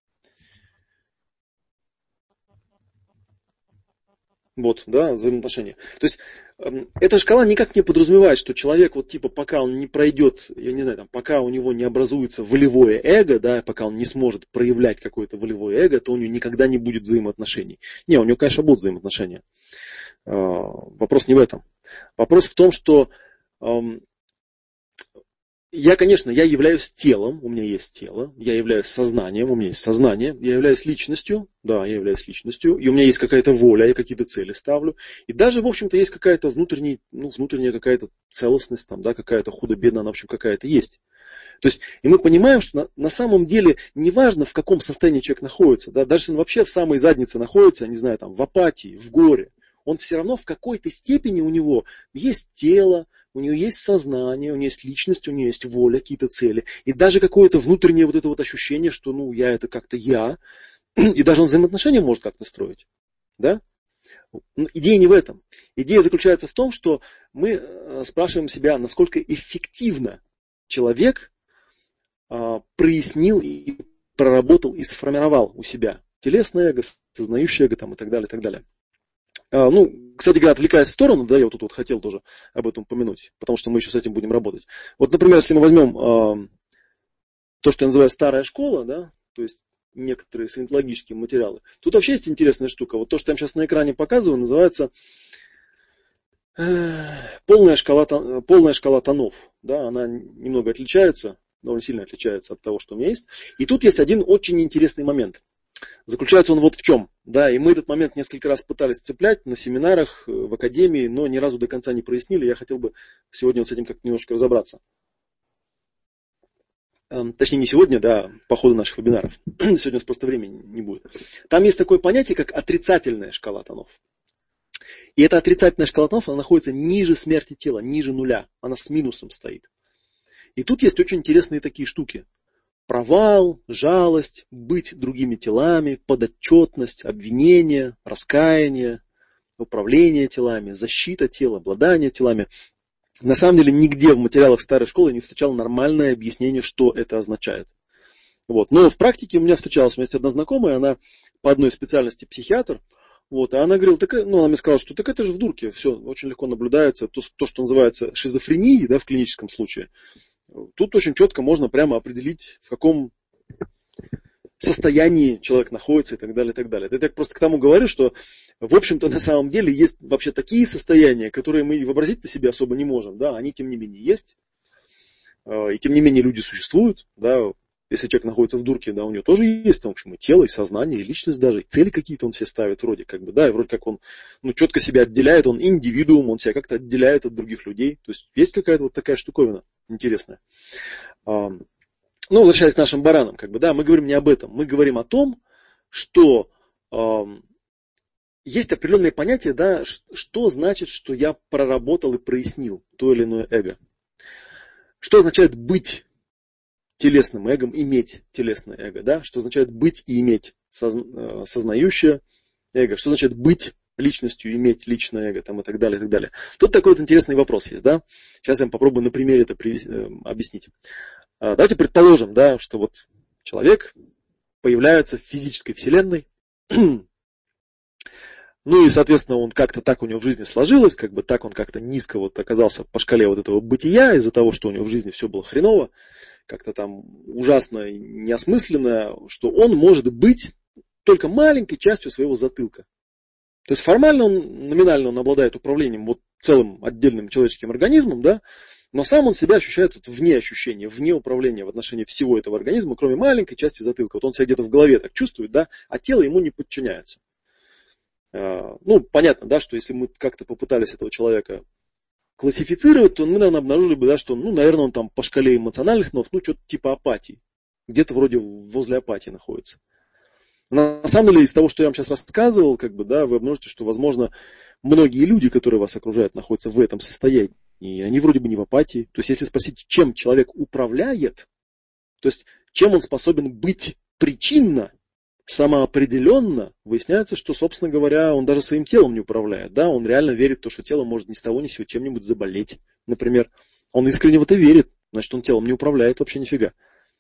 Вот, да, взаимоотношения. То есть эта шкала никак не подразумевает, что человек вот типа пока он не пройдет, я не знаю, там, пока у него не образуется волевое эго, да, пока он не сможет проявлять какое-то волевое эго, то у него никогда не будет взаимоотношений. Не, у него, конечно, будут взаимоотношения. Вопрос не в этом. Вопрос в том, что я являюсь телом, у меня есть тело, я являюсь сознанием, у меня есть сознание, я являюсь личностью, да, я являюсь личностью, и у меня есть какая-то воля, я какие-то цели ставлю, и даже, в общем-то, есть какая-то внутренняя какая-то целостность, там, да, какая-то худо-бедно, она, в общем, какая-то есть. То есть, и мы понимаем, что на самом деле неважно, в каком состоянии человек находится, да, даже если он вообще в самой заднице находится, не знаю, там, в апатии, в горе, он все равно в какой-то степени у него есть тело, у него есть сознание, у него есть личность, у него есть воля, какие-то цели. И даже какое-то внутреннее вот это вот ощущение, что я это как-то я. И даже он взаимоотношения может как-то строить. Да? Но идея не в этом. Идея заключается в том, что мы спрашиваем себя, насколько эффективно человек прояснил и проработал и сформировал у себя телесное эго, сознающее эго там, и так далее, и так далее. Кстати говоря, отвлекаясь в сторону, да, я вот тут вот хотел тоже об этом упомянуть, потому что мы еще с этим будем работать. Вот, например, если мы возьмем то, что я называю старая школа, да, то есть некоторые саентологические материалы, тут вообще есть интересная штука. Вот то, что я вам сейчас на экране показываю, называется полная шкала тонов. Да, она немного отличается, довольно сильно отличается от того, что у меня есть. И тут есть один очень интересный момент. Заключается он вот в чем. Да, и мы этот момент несколько раз пытались цеплять на семинарах, в академии, но ни разу до конца не прояснили. Я хотел бы сегодня вот с этим как-то немножко разобраться. Точнее, не сегодня, да, по ходу наших вебинаров. Сегодня у нас просто времени не будет. Там есть такое понятие, как отрицательная шкала тонов. И эта отрицательная шкала тонов, она находится ниже смерти тела, ниже нуля. Она с минусом стоит. И тут есть очень интересные такие штуки. Провал, жалость, быть другими телами, подотчетность, обвинение, раскаяние, управление телами, защита тела, обладание телами. На самом деле нигде в материалах старой школы я не встречал нормальное объяснение, что это означает. Вот. Но в практике у меня встречалась у меня есть одна знакомая, она по одной специальности психиатр. Вот, а она говорила, она мне сказала, что так это же в дурке, все очень легко наблюдается, то, что называется шизофренией, да, в клиническом случае. Тут очень четко можно прямо определить, в каком состоянии человек находится и так далее, и так далее. Это я просто к тому говорю, что, в общем-то, на самом деле есть вообще такие состояния, которые мы вообразить на себе особо не можем. Да, они, тем не менее, есть. И, тем не менее, люди существуют. Да. Если человек находится в дурке, да, у него тоже есть, в общем, и тело, и сознание, и личность даже, и цели какие-то он себе ставит вроде как бы, да, и вроде как он, четко себя отделяет, он индивидуум, он себя как-то отделяет от других людей. То есть есть какая-то вот такая штуковина интересная. Возвращаясь к нашим баранам, как бы, да, мы говорим не об этом, мы говорим о том, что есть определенные понятия, да, что значит, что я проработал и прояснил то или иное эго. Что означает быть телесным эгом, иметь телесное эго, да? Что означает быть и иметь сознающее эго, что значит быть личностью, иметь личное эго, там, и так далее, и так далее. Тут такой вот интересный вопрос есть, да? Сейчас я вам попробую на примере это объяснить. Давайте предположим, да, что вот человек появляется в физической вселенной, и, соответственно, он как-то так у него в жизни сложилось, как бы так он как-то низко вот оказался по шкале вот этого бытия из-за того, что у него в жизни все было хреново, как-то там ужасно неосмысленно, что он может быть только маленькой частью своего затылка. То есть формально номинально он обладает управлением вот целым отдельным человеческим организмом, да, но сам он себя ощущает вот вне ощущения, вне управления в отношении всего этого организма, кроме маленькой части затылка. Вот он себя где-то в голове так чувствует, да, а тело ему не подчиняется. Понятно, да, что если мы как-то попытались этого человека классифицировать, то мы, наверное, обнаружили бы, да, что, наверное, он там по шкале эмоциональных нов, что-то типа апатии. Где-то вроде возле апатии находится. На самом деле, из того, что я вам сейчас рассказывал, как бы, да, вы обнаружите, что, возможно, многие люди, которые вас окружают, находятся в этом состоянии. И они вроде бы не в апатии. То есть, если спросить, чем человек управляет, то есть, чем он способен быть причинно, самоопределенно, выясняется, что, собственно говоря, он даже своим телом не управляет. Да? Он реально верит в то, что тело может ни с того ни с сего чем-нибудь заболеть. Например, он искренне в это верит, значит, он телом не управляет вообще нифига.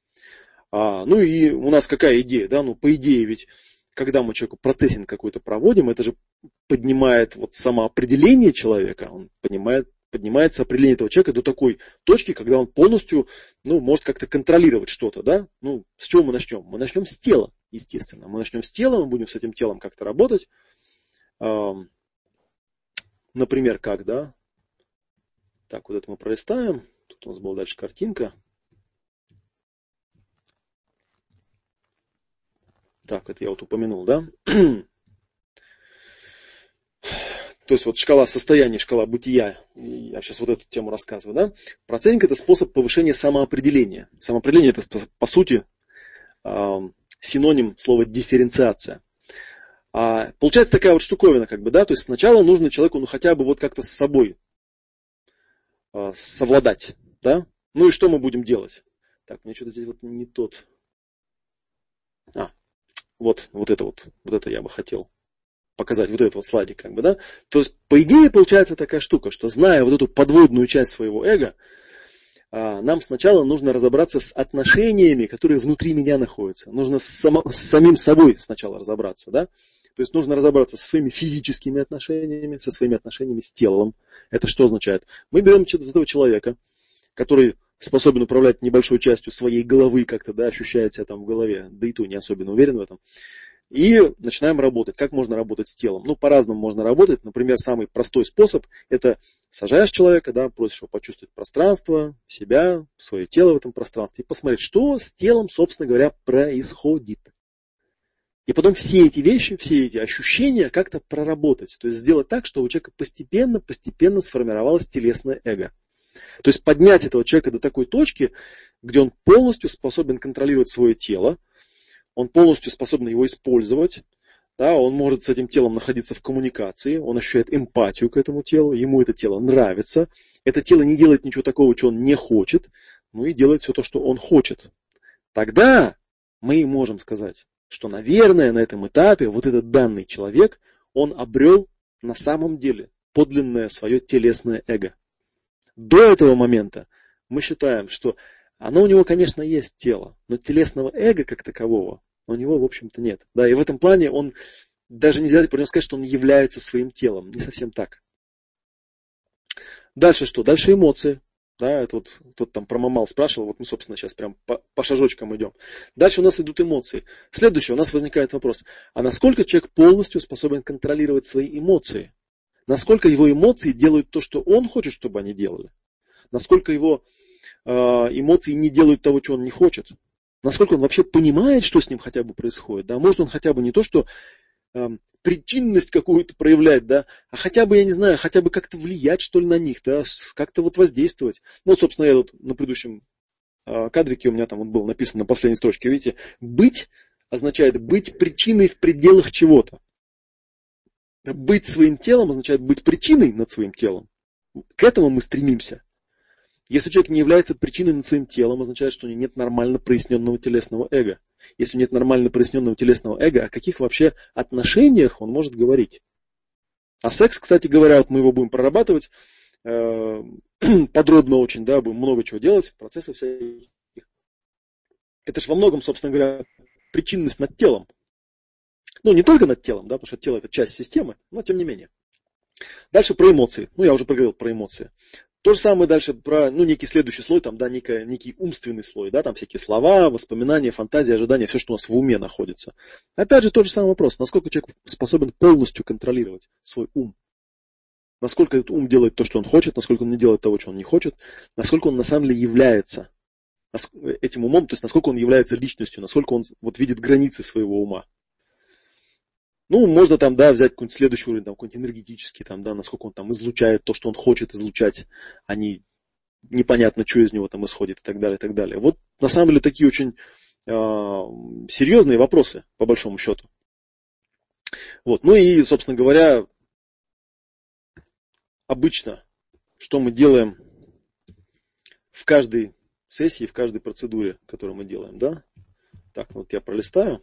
И у нас какая идея? Да? По идее, ведь, когда мы человеку процессинг какой-то проводим, это же поднимает вот самоопределение человека, он поднимается определение этого человека до такой точки, когда он полностью может как-то контролировать что-то. Да? С чего мы начнем? Мы начнем с тела, естественно. Мы начнем с тела, мы будем с этим телом как-то работать. Например, как, да? Так, вот это мы пролистаем. Тут у нас была дальше картинка. Так, это я вот упомянул, да? То есть вот шкала состояния, шкала бытия. Я сейчас вот эту тему рассказываю, да? Процессинг – это способ повышения самоопределения. Самоопределение – это, по сути, синоним слова дифференциация. Получается такая вот штуковина, как бы, да, то есть сначала нужно человеку, ну, хотя бы вот как-то с собой совладать, да. Ну и что мы будем делать? Так, мне что-то здесь вот не тот. Вот это я бы хотел показать, вот этот вот слайдик, как бы, да. То есть, по идее, получается такая штука, что зная вот эту подводную часть своего эго, нам сначала нужно разобраться с отношениями, которые внутри меня находятся. Нужно с самим собой сначала разобраться, да. То есть нужно разобраться со своими физическими отношениями, со своими отношениями с телом. Это что означает? Мы берем этого человека, который способен управлять небольшой частью своей головы, как-то, да, ощущает себя там в голове, да и то не особенно уверен в этом. И начинаем работать. Как можно работать с телом? Ну, по-разному можно работать. Например, самый простой способ – это сажаешь человека, да, просишь его почувствовать пространство, себя, свое тело в этом пространстве, и посмотреть, что с телом, собственно говоря, происходит. И потом все эти вещи, все эти ощущения как-то проработать. То есть сделать так, чтобы у человека постепенно сформировалось телесное эго. То есть поднять этого человека до такой точки, где он полностью способен контролировать свое тело, он полностью способен его использовать, да, он может с этим телом находиться в коммуникации, он ощущает эмпатию к этому телу, ему это тело нравится, это тело не делает ничего такого, чего он не хочет, ну и делает все то, что он хочет. Тогда мы можем сказать, что, наверное, на этом этапе вот этот данный человек, он обрел на самом деле подлинное свое телесное эго. До этого момента мы считаем, что оно у него, конечно, есть тело, но телесного эго как такового у него, в общем-то, нет. Да, и в этом плане он, даже нельзя про него сказать, что он является своим телом. Не совсем так. Дальше что? Дальше эмоции. Да, это вот кто-то там про Мамал спрашивал, вот мы, собственно, сейчас прям по шажочкам идем. Дальше у нас идут эмоции. Следующее, у нас возникает вопрос, а насколько человек полностью способен контролировать свои эмоции? Насколько его эмоции делают то, что он хочет, чтобы они делали? Насколько его эмоции не делают того, чего он не хочет? Насколько он вообще понимает, что с ним хотя бы происходит? Да? Может он хотя бы не то, что причинность какую-то проявлять, да, а хотя бы, я не знаю, хотя бы как-то влиять, что ли, на них, да, как-то вот воздействовать. Ну, вот, собственно, я тут на предыдущем кадрике у меня там вот было написано на последней строчке, видите, быть означает быть причиной в пределах чего-то. Быть своим телом означает быть причиной над своим телом. К этому мы стремимся. Если человек не является причиной над своим телом, означает, что у него нет нормально проясненного телесного эго. Если нет нормально проясненного телесного эго, о каких вообще отношениях он может говорить? А секс, кстати говоря, вот мы его будем прорабатывать подробно очень, да, будем много чего делать, процессы всяких. Это же во многом, собственно говоря, причинность над телом. Ну, не только над телом, да, потому что тело это часть системы, но тем не менее. Дальше про эмоции. Ну, я уже проговорил про эмоции. То же самое дальше про, ну, некий следующий слой, там, да, некий умственный слой, да, там всякие слова, воспоминания, фантазии, ожидания, все, что у нас в уме находится. Опять же, тот же самый вопрос, насколько человек способен полностью контролировать свой ум. Насколько этот ум делает то, что он хочет, насколько он не делает того, чего он не хочет, насколько он на самом деле является этим умом, то есть насколько он является личностью, насколько он вот видит границы своего ума. Ну, можно там, да, взять какой-нибудь следующий уровень, там, какой-нибудь энергетический, там, да, насколько он там излучает то, что он хочет излучать, а не непонятно, что из него там исходит и так далее, и так далее. Вот, на самом деле, такие очень серьезные вопросы, по большому счету. Вот, ну и, собственно говоря, обычно, что мы делаем в каждой сессии, в каждой процедуре, которую мы делаем, да. Так, вот я пролистаю.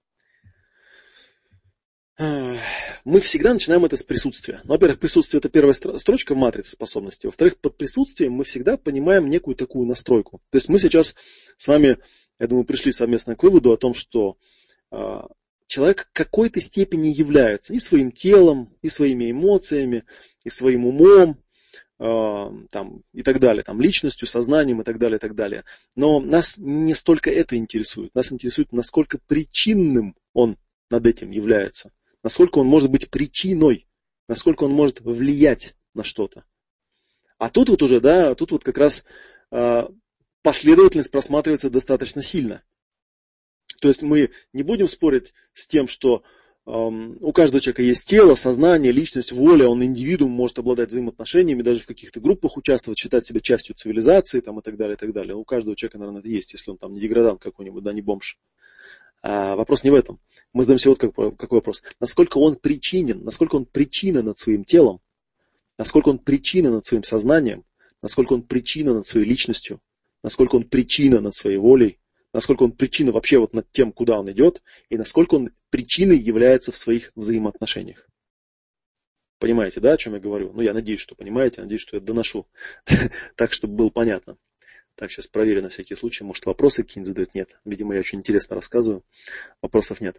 Мы всегда начинаем это с присутствия. Ну, во-первых, присутствие – это первая строчка в матрице способностей. Во-вторых, под присутствием мы всегда понимаем некую такую настройку. То есть мы сейчас с вами, я думаю, пришли совместно к выводу о том, что человек в какой-то степени является и своим телом, и своими эмоциями, и своим умом, там, и так далее, там, личностью, сознанием и так далее, и так далее. Но нас не столько это интересует. Нас интересует, насколько причинным он над этим является. Насколько он может быть причиной, насколько он может влиять на что-то. А тут вот уже, да, тут вот как раз последовательность просматривается достаточно сильно. То есть мы не будем спорить с тем, что у каждого человека есть тело, сознание, личность, воля, он индивидуум, может обладать взаимоотношениями, даже в каких-то группах участвовать, считать себя частью цивилизации там, и так далее, и так далее. У каждого человека, наверное, это есть, если он там не деградант какой-нибудь, да, не бомж. Вопрос не в этом. Мы задаем себе вот какой вопрос. Насколько он причинен, насколько он причина над своим телом, насколько он причина над своим сознанием, насколько он причина над своей личностью, насколько он причина над своей волей, насколько он причина вообще вот над тем, куда он идет, и насколько он причиной является в своих взаимоотношениях. Понимаете, да, о чем я говорю? Ну, я надеюсь, что понимаете, надеюсь, что я доношу так, чтобы было понятно. Так, сейчас проверю на всякий случай, может, вопросы какие-нибудь задают? Нет. Видимо, я очень интересно рассказываю. Вопросов нет.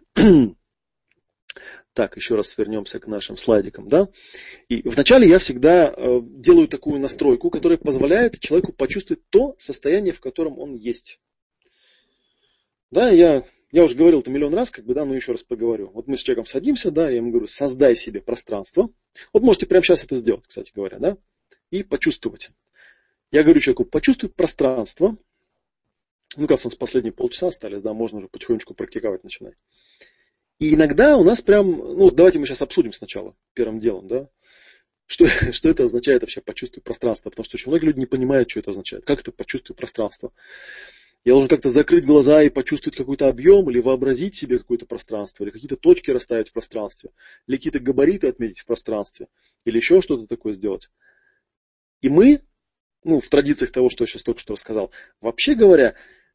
Так, еще раз вернемся к нашим слайдикам, да. И вначале я всегда делаю такую настройку, которая позволяет человеку почувствовать то состояние, в котором он есть. Да, я уже говорил это миллион раз, да, но еще раз поговорю. Вот мы с человеком садимся, да, я ему говорю, создай себе пространство. Вот можете прямо сейчас это сделать, кстати говоря, да, и почувствовать. Я говорю человеку, почувствуй пространство. Ну, как раз у нас последние полчаса остались, да, можно уже потихонечку практиковать начинать. И иногда у нас прям, ну, давайте мы сейчас обсудим сначала, первым делом, да, что это означает вообще почувствовать пространство, потому что очень многие люди не понимают, что это означает. Как это почувствовать пространство? Я должен как-то закрыть глаза и почувствовать какой-то объем, или вообразить себе какое-то пространство, или какие-то точки расставить в пространстве, или какие-то габариты отметить в пространстве, или еще что-то такое сделать. И мы, ну, в традициях того, что я сейчас только что рассказал, вообще говоря,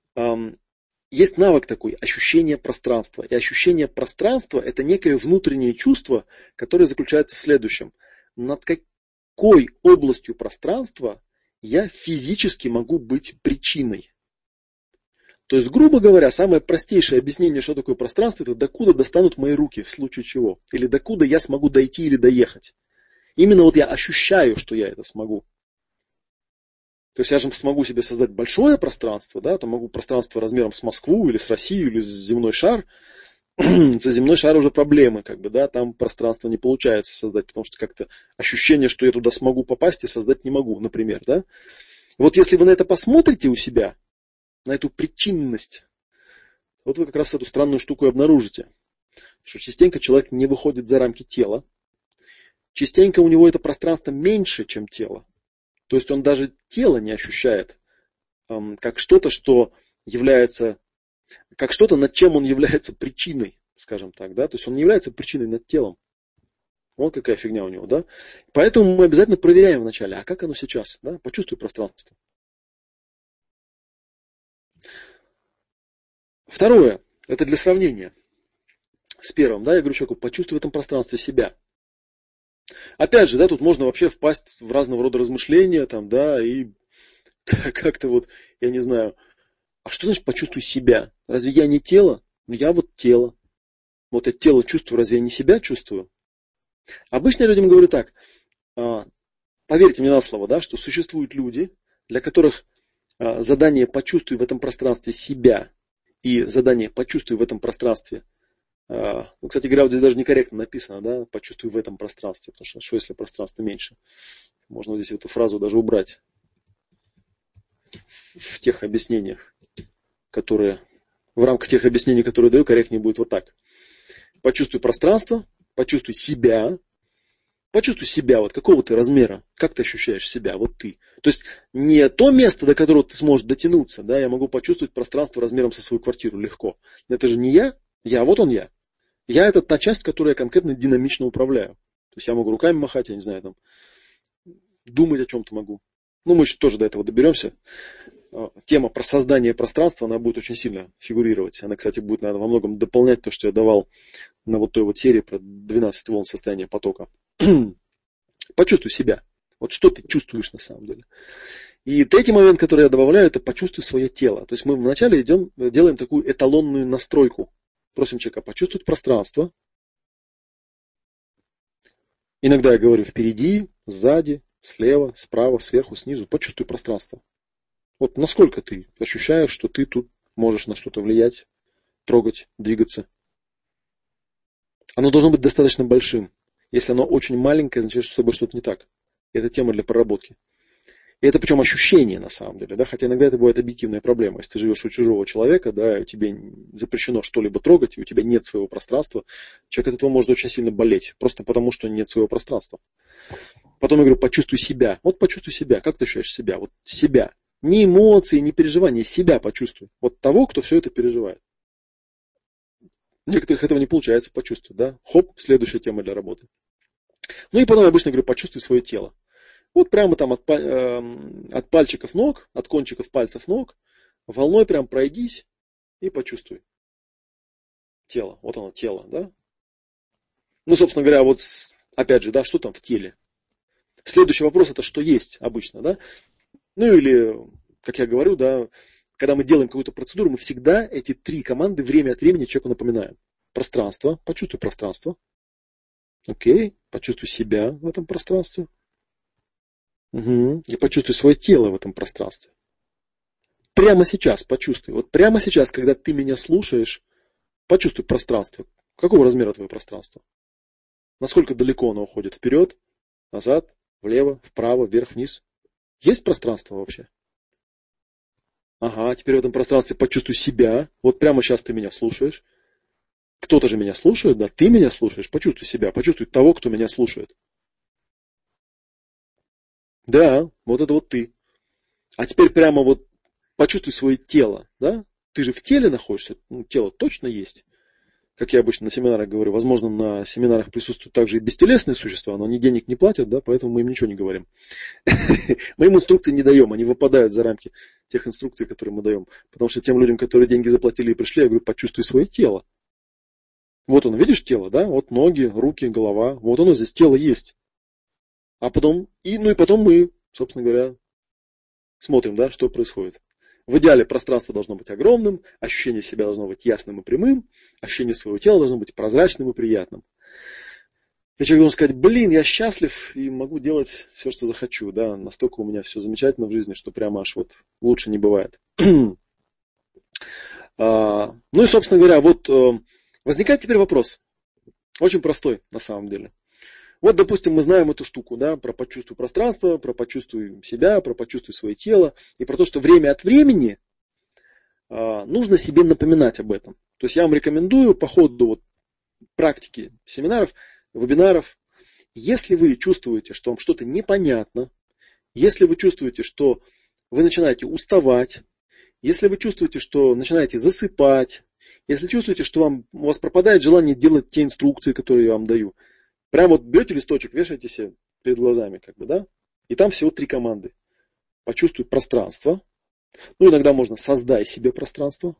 есть навык такой, ощущение пространства. И ощущение пространства – это некое внутреннее чувство, которое заключается в следующем. Над какой областью пространства я физически могу быть причиной? То есть, грубо говоря, самое простейшее объяснение, что такое пространство, это докуда достанут мои руки, в случае чего. Или докуда я смогу дойти или доехать. Именно вот я ощущаю, что я это смогу. То есть я же смогу себе создать большое пространство, да, там могу пространство размером с Москву или с Россию или с земной шар. За земной шар уже проблемы, да, там пространство не получается создать, потому что как-то ощущение, что я туда смогу попасть и создать не могу, например, да. Вот если вы на это посмотрите у себя, на эту причинность, вот вы как раз эту странную штуку и обнаружите, что частенько человек не выходит за рамки тела, частенько у него это пространство меньше, чем тело. То есть он даже тело не ощущает как что-то, что является, как что-то, над чем он является причиной, скажем так, да. То есть он не является причиной над телом. Вот какая фигня у него, да. Поэтому мы обязательно проверяем вначале, а как оно сейчас, да, почувствуй пространство. Второе, это для сравнения с первым, да, я говорю человеку, почувствуй в этом пространстве себя. Опять же, да, тут можно вообще впасть в разного рода размышления, там, да, и как-то вот, я не знаю, а что значит почувствуй себя? Разве я не тело? Ну, я вот тело. Вот это тело чувствую, разве я не себя чувствую? Обычно я людям говорю так, поверьте мне на слово, да, что существуют люди, для которых задание почувствуй в этом пространстве себя и задание почувствуй в этом пространстве. Ну, кстати говоря, вот здесь даже некорректно написано, да, почувствуй в этом пространстве, потому что если пространство меньше? Можно здесь эту фразу даже убрать в тех объяснениях, которые, в рамках тех объяснений, которые даю, корректнее будет вот так. Почувствуй пространство, почувствуй себя, вот какого ты размера, как ты ощущаешь себя, вот ты. То есть не то место, до которого ты сможешь дотянуться, да, я могу почувствовать пространство размером со свою квартиру легко. Это же не я, вот он я. Я это та часть, которую я конкретно динамично управляю. То есть я могу руками махать, я не знаю, там, думать о чем-то могу. Ну, мы еще тоже до этого доберемся. Тема про создание пространства, она будет очень сильно фигурировать. Она, кстати, будет, наверное, во многом дополнять то, что я давал на вот той вот серии про 12 волн состояния потока. Почувствуй себя. Вот что ты чувствуешь на самом деле. И третий момент, который я добавляю, это почувствуй свое тело. То есть мы вначале делаем такую эталонную настройку. Просим человека почувствовать пространство. Иногда я говорю впереди, сзади, слева, справа, сверху, снизу. Почувствуй пространство. Вот насколько ты ощущаешь, что ты тут можешь на что-то влиять, трогать, двигаться. Оно должно быть достаточно большим. Если оно очень маленькое, значит, что с тобой что-то не так. Это тема для проработки. И это причем ощущение на самом деле, да, хотя иногда это бывает объективная проблема. Если ты живешь у чужого человека, да, тебе запрещено что-либо трогать, и у тебя нет своего пространства, человек от этого может очень сильно болеть, просто потому что нет своего пространства. Потом я говорю, почувствуй себя. Вот почувствуй себя. Как ты ощущаешь себя? Вот себя. Не эмоции, не переживания, себя почувствуй. Вот того, кто все это переживает. У некоторых этого не получается почувствовать, да? Хоп, следующая тема для работы. Ну и потом я обычно говорю, почувствуй свое тело. Вот прямо там от пальчиков ног, от кончиков пальцев ног, волной прям пройдись и почувствуй тело. Вот оно, тело, да? Ну, собственно говоря, вот опять же, да, что там в теле? Следующий вопрос, это что есть обычно, да? Ну или, как я говорю, да, когда мы делаем какую-то процедуру, мы всегда эти 3 команды время от времени человеку напоминаем. Пространство, почувствуй пространство. Окей, почувствуй себя в этом пространстве. Угу. И почувствуй свое тело в этом пространстве. Прямо сейчас почувствуй. Вот прямо сейчас, когда ты меня слушаешь, почувствуй пространство. Какого размера твое пространство? Насколько далеко оно уходит? Вперед, назад, влево, вправо, вверх, вниз? Есть пространство вообще? Ага, теперь в этом пространстве почувствуй себя. Вот прямо сейчас ты меня слушаешь. Кто-то же меня слушает, да? Ты меня слушаешь. Почувствуй себя, почувствуй того, кто меня слушает. Да, вот это вот ты. А теперь прямо вот почувствуй свое тело, да? Ты же в теле находишься, ну, тело точно есть. Как я обычно на семинарах говорю, возможно, на семинарах присутствуют также и бестелесные существа, но они денег не платят, да, поэтому мы им ничего не говорим. Мы им инструкции не даем, они выпадают за рамки тех инструкций, которые мы даем. Потому что тем людям, которые деньги заплатили и пришли, я говорю, почувствуй свое тело. Вот оно, видишь тело, да? Вот ноги, руки, голова. Вот оно здесь, тело есть. А потом, потом мы, собственно говоря, смотрим, да, что происходит. В идеале пространство должно быть огромным, ощущение себя должно быть ясным и прямым, ощущение своего тела должно быть прозрачным и приятным. И человек должен сказать, блин, я счастлив и могу делать все, что захочу. Да? Настолько у меня все замечательно в жизни, что прямо аж вот лучше не бывает. Ну и, собственно говоря, вот возникает теперь вопрос. Очень простой на самом деле. Вот, допустим, мы знаем эту штуку, да, про почувствуй пространство, про почувствуй себя, про почувствуй свое тело, и про то, что время от времени нужно себе напоминать об этом. То есть я вам рекомендую по ходу вот практики семинаров, вебинаров, если вы чувствуете, что вам что-то непонятно, если вы чувствуете, что вы начинаете уставать, если вы чувствуете, что начинаете засыпать, если чувствуете, что у вас пропадает желание делать те инструкции, которые я вам даю, прям вот берете листочек, вешаете себе перед глазами, как бы, да, и там всего 3 команды. Почувствуй пространство. Ну, иногда можно создай себе пространство.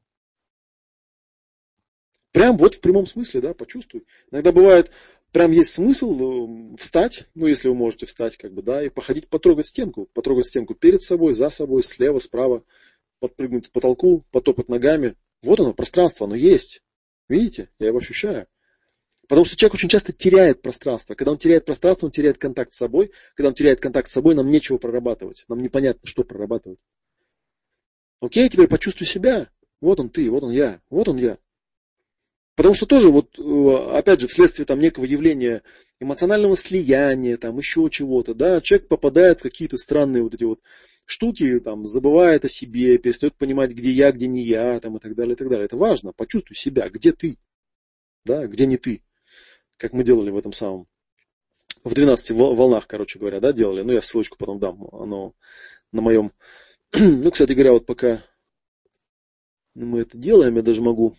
Прям вот в прямом смысле, да, почувствуй. Иногда бывает, прям есть смысл встать, ну, если вы можете встать, как бы, да, и походить, потрогать стенку перед собой, за собой, слева, справа, подпрыгнуть к потолку, потопать ногами. Вот оно, пространство, оно есть. Видите, я его ощущаю. Потому что человек очень часто теряет пространство. Когда он теряет пространство, он теряет контакт с собой. Когда он теряет контакт с собой, нам нечего прорабатывать. Нам непонятно, что прорабатывать. Окей, теперь почувствуй себя. Вот он ты, вот он я, вот он я. Потому что тоже, вот, опять же, вследствие там некого явления эмоционального слияния, там еще чего-то, да, человек попадает в какие-то странные вот эти вот штуки, там, забывает о себе, перестает понимать, где я, где не я, там, и так далее, и так далее. Это важно, почувствуй себя, где ты, да, где не ты. Как мы делали в этом самом, в 12 волнах, короче говоря, да, делали. Ну, я ссылочку потом дам, оно на моем. Ну, кстати говоря, вот пока мы это делаем, я даже могу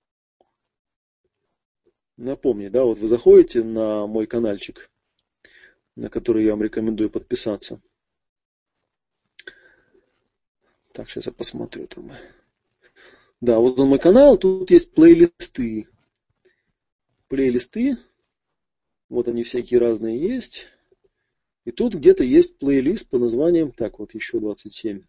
напомнить, да, вот вы заходите на мой каналчик, на который я вам рекомендую подписаться. Так, сейчас я посмотрю там. Да, вот он мой канал, тут есть плейлисты. Плейлисты. Вот они всякие разные есть. И тут где-то есть плейлист по названием, так вот еще 27.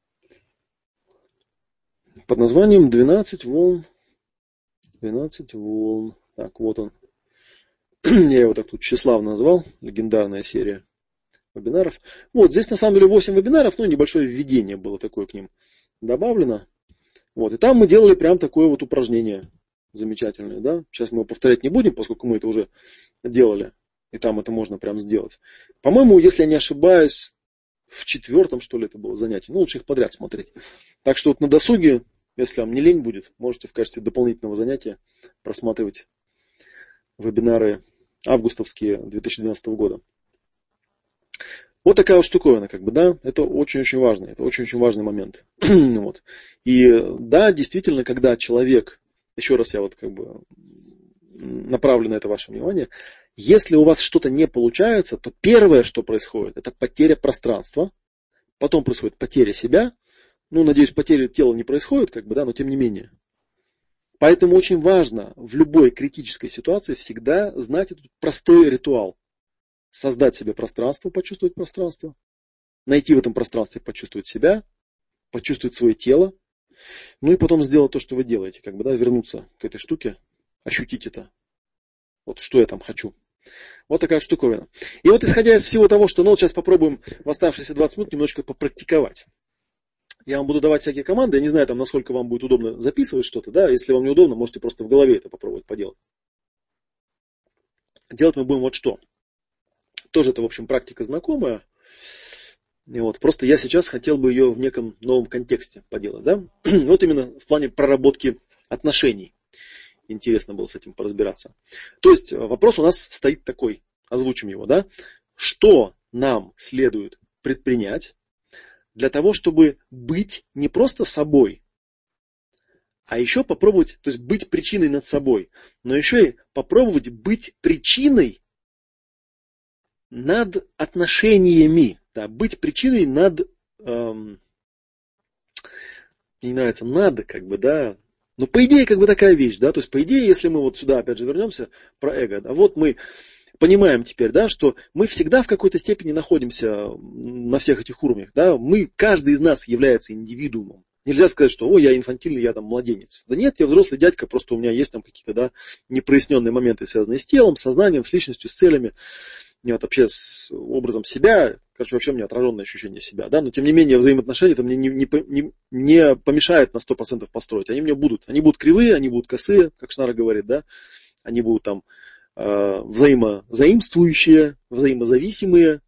Под названием 12 волн. 12 волн. Так, вот он. Я его так тут тщеславно назвал. Легендарная серия вебинаров. Вот, здесь на самом деле 8 вебинаров, ну, небольшое введение было такое к ним добавлено. Вот, и там мы делали прям такое вот упражнение замечательное, да. Сейчас мы его повторять не будем, поскольку мы это уже делали. И там это можно прям сделать. По-моему, если я не ошибаюсь, в 4-м, что ли, это было занятие. Ну, лучше их подряд смотреть. Так что вот на досуге, если вам не лень будет, можете в качестве дополнительного занятия просматривать вебинары августовские 2012 года. Вот такая вот штуковина, как бы, да, это очень-очень важно, это очень-очень важный момент. Вот. И да, действительно, когда человек еще раз я вот как бы направлю на это ваше внимание, если у вас что-то не получается, то первое, что происходит, это потеря пространства, потом происходит потеря себя, ну, надеюсь, потери тела не происходит, как бы, да, но тем не менее. Поэтому очень важно в любой критической ситуации всегда знать этот простой ритуал. Создать себе пространство, почувствовать пространство, найти в этом пространстве, почувствовать себя, почувствовать свое тело, ну и потом сделать то, что вы делаете, как бы, да, вернуться к этой штуке, ощутить это. Вот что я там хочу. Вот такая штуковина. И вот исходя из всего того, что, ну, вот сейчас попробуем в оставшиеся 20 минут немножко попрактиковать. Я вам буду давать всякие команды, я не знаю, там, насколько вам будет удобно записывать что-то, да, если вам неудобно, можете просто в голове это попробовать поделать. Делать мы будем вот что. Тоже это, в общем, практика знакомая. И вот, просто я сейчас хотел бы ее в неком новом контексте поделать, да. Вот именно в плане проработки отношений. Интересно было с этим поразбираться. То есть вопрос у нас стоит такой, озвучим его, да. Что нам следует предпринять для того, чтобы быть не просто собой, а еще попробовать, то есть быть причиной над собой, но еще и попробовать быть причиной над отношениями, да, быть причиной над, мне не нравится над, как бы, да, но по идее как бы такая вещь, да, то есть по идее, если мы вот сюда опять же вернемся про эго, да, вот мы понимаем теперь, да, что мы всегда в какой-то степени находимся на всех этих уровнях. Да? Каждый из нас является индивидуумом. Нельзя сказать, что я инфантильный, я там младенец. Да нет, я взрослый дядька, просто у меня есть там какие-то, да, непроясненные моменты, связанные с телом, сознанием, с личностью, с целями, вот, вообще с образом себя. Короче, вообще у меня отраженное ощущение себя. Да? Но тем не менее взаимоотношения это мне не помешает на 100% построить. Они мне будут. Они будут кривые, они будут косые, как Шнара говорит, да? Они будут там взаимозаимствующие, взаимозависимые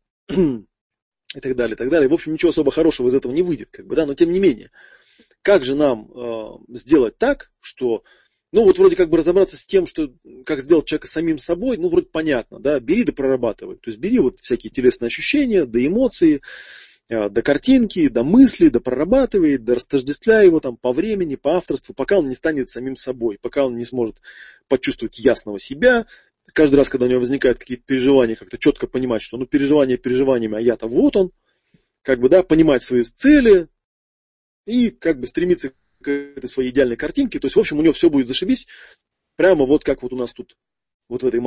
и так далее, и так далее. В общем, ничего особо хорошего из этого не выйдет, как бы, да, но тем не менее, как же нам сделать так, что, ну вот вроде как бы разобраться с тем, что как сделать человека самим собой, ну вроде понятно, да, бери да прорабатывай, то есть бери вот всякие телесные ощущения, да эмоции, до картинки, до мысли, до прорабатывай, до растождествляй его там по времени, по авторству, пока он не станет самим собой, пока он не сможет почувствовать ясного себя. Каждый раз, когда у него возникают какие-то переживания, как-то четко понимать, что ну переживания переживаниями, а я-то вот он, как бы, да, понимать свои цели и как бы стремиться к этой своей идеальной картинке. То есть, в общем, у него все будет зашибись, прямо вот как вот у нас тут, вот в этой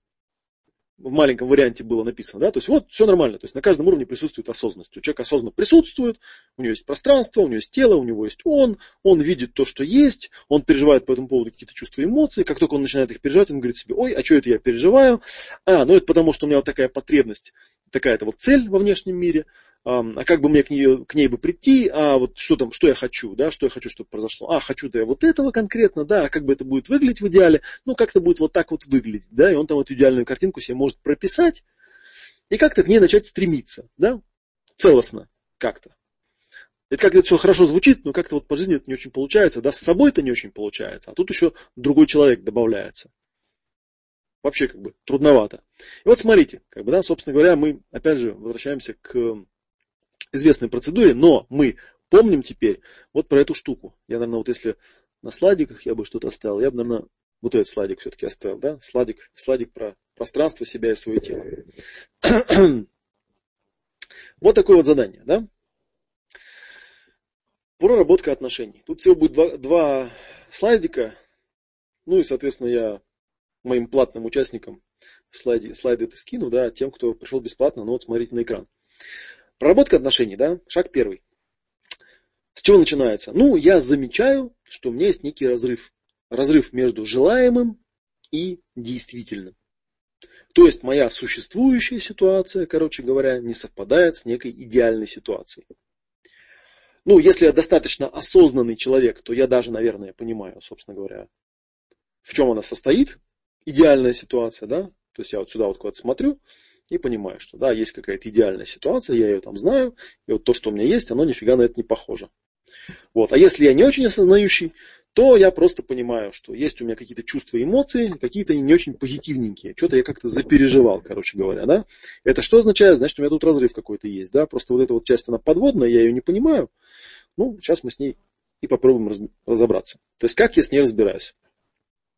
в маленьком варианте было написано, да, то есть вот все нормально, то есть на каждом уровне присутствует осознанность. У человека осознанно присутствует, у него есть пространство, у него есть тело, у него есть он видит то, что есть, он переживает по этому поводу какие-то чувства и эмоции, как только он начинает их переживать, он говорит себе, ой, а что это я переживаю? Ну это потому, что у меня вот такая потребность, такая-то вот цель во внешнем мире, а как бы мне к ней бы прийти, вот что там, что я хочу, да, что я хочу, чтобы произошло. Хочу-то я вот этого конкретно, да, а как бы это будет выглядеть в идеале, ну, как-то будет вот так вот выглядеть, да, и он там эту идеальную картинку себе может прописать и как-то к ней начать стремиться, да, целостно как-то. Это как-то все хорошо звучит, но как-то вот по жизни это не очень получается, да, с собой это не очень получается, а тут еще другой человек добавляется. Вообще как бы трудновато. И вот смотрите, как бы, да, собственно говоря, мы опять же возвращаемся к известной процедуре, но мы помним теперь вот про эту штуку. Я, наверное, вот если на слайдиках я бы что-то оставил, я бы, наверное, вот этот слайдик все-таки оставил, да? Слайдик про пространство, себя и свое тело. Вот такое вот задание, да? Проработка отношений. Тут всего будет два слайдика. Ну и, соответственно, я моим платным участникам слайды это скину, да, тем, кто пришел бесплатно, но вот смотрите на экран. Проработка отношений, да, шаг первый. С чего начинается? Ну, я замечаю, что у меня есть некий разрыв. Разрыв между желаемым и действительным. То есть моя существующая ситуация, короче говоря, не совпадает с некой идеальной ситуацией. Ну, если я достаточно осознанный человек, то я даже, наверное, понимаю, собственно говоря, в чем она состоит, идеальная ситуация, да. То есть я вот сюда вот куда-то смотрю и понимаю, что да, есть какая-то идеальная ситуация, я ее там знаю, и вот то, что у меня есть, оно нифига на это не похоже. Вот. А если я не очень осознающий, то я просто понимаю, что есть у меня какие-то чувства и эмоции, какие-то не очень позитивненькие. Что-то я как-то запереживал, короче говоря. Да? Это что означает? Значит, у меня тут разрыв какой-то есть. Да? Просто вот эта вот часть, она подводная, я ее не понимаю. Ну, сейчас мы с ней и попробуем разобраться. То есть, как я с ней разбираюсь?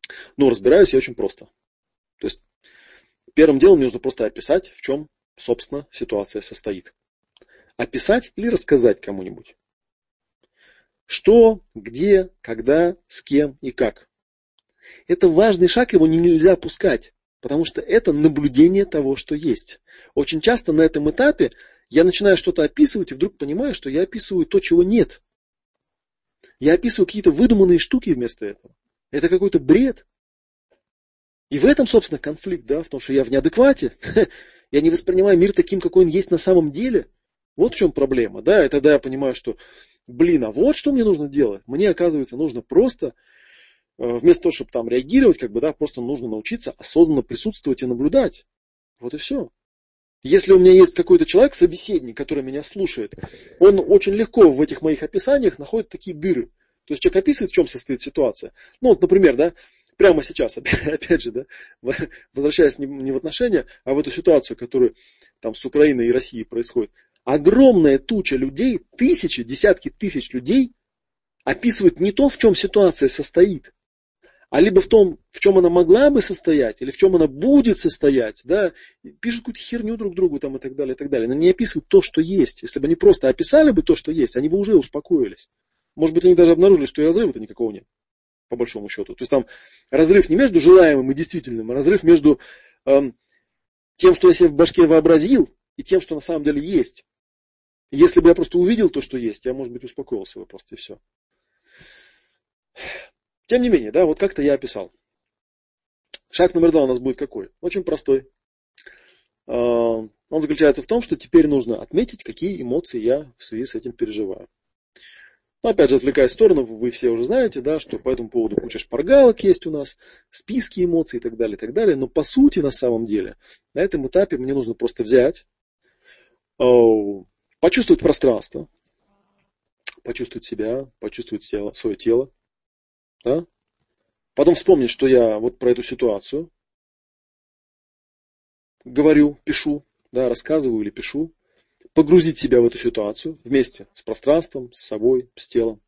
Но разбираюсь я очень просто. То есть первым делом мне нужно просто описать, в чем, собственно, ситуация состоит. Описать или рассказать кому-нибудь. Что, где, когда, с кем и как. Это важный шаг, его нельзя опускать, потому что это наблюдение того, что есть. Очень часто на этом этапе я начинаю что-то описывать и вдруг понимаю, что я описываю то, чего нет. Я описываю какие-то выдуманные штуки вместо этого. Это какой-то бред. И в этом, собственно, конфликт, да, в том, что я в неадеквате. Я не воспринимаю мир таким, какой он есть на самом деле. Вот в чем проблема, да, и тогда я понимаю, что, а вот что мне нужно делать. Мне, оказывается, нужно просто, вместо того, чтобы там реагировать, просто нужно научиться осознанно присутствовать и наблюдать. Вот и все. Если у меня есть какой-то человек, собеседник, который меня слушает, он очень легко в этих моих описаниях находит такие дыры. То есть человек описывает, в чем состоит ситуация. Ну, вот, например, да, прямо сейчас, опять же, да, возвращаясь не в отношения, а в эту ситуацию, которая там с Украиной и Россией происходит. Огромная туча людей, тысячи, десятки тысяч людей описывают не то, в чем ситуация состоит, а либо в том, в чем она могла бы состоять, или в чем она будет состоять, да, пишут какую-то херню друг другу там, и так далее, но не описывают то, что есть. Если бы они просто описали бы то, что есть, они бы уже успокоились. Может быть, они даже обнаружили, что и разрыва-то никакого нет, по большому счету. То есть там разрыв не между желаемым и действительным, а разрыв между тем, что я себе в башке вообразил, и тем, что на самом деле есть. И если бы я просто увидел то, что есть, я, может быть, успокоился бы просто, и все. Тем не менее, да, вот как-то я описал. Шаг номер 2 у нас будет какой? Очень простой. Он заключается в том, что теперь нужно отметить, какие эмоции я в связи с этим переживаю. Но опять же, отвлекаясь в сторону, вы все уже знаете, да, что по этому поводу куча шпаргалок есть у нас, списки эмоций и так далее, и так далее. Но по сути, на самом деле, на этом этапе мне нужно просто взять, почувствовать пространство, почувствовать себя, почувствовать свое тело, да? Потом вспомнить, что я вот про эту ситуацию говорю, пишу, да, рассказываю или пишу. Погрузить себя в эту ситуацию вместе с пространством, с собой, с телом.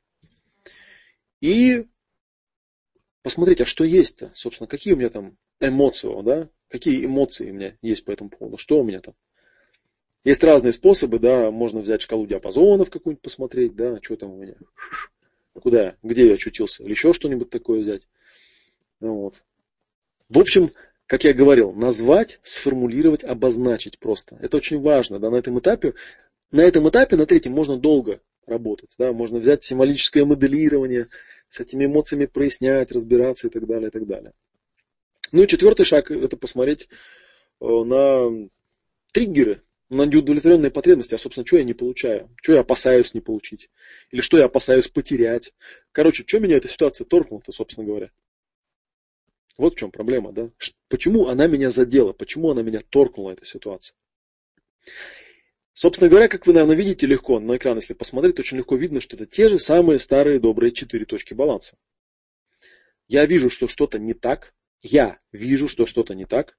И посмотреть, а что есть-то, собственно, какие у меня там эмоции, да, какие эмоции у меня есть по этому поводу, что у меня там. Есть разные способы, да, можно взять шкалу диапазонов какую-нибудь посмотреть, да, что там у меня, куда, где я очутился, или еще что-нибудь такое взять. Вот. В общем, как я говорил, назвать, сформулировать, обозначить просто. Это очень важно, да, на этом этапе, на третьем, можно долго работать, да, можно взять символическое моделирование, с этими эмоциями прояснять, разбираться и так далее, и так далее. Ну и четвертый шаг, это посмотреть на триггеры, на неудовлетворенные потребности, а, собственно, что я не получаю, что я опасаюсь не получить, или что я опасаюсь потерять. Короче, что меня эта ситуация торкнула-то, собственно говоря. Вот в чем проблема, да? Почему она меня задела, почему она меня торкнула, эта ситуация. Собственно говоря, как вы, наверное, видите легко на экран, если посмотреть, очень легко видно, что это те же самые старые добрые 4 точки баланса. Я вижу, что что-то не так. Я вижу, что что-то не так.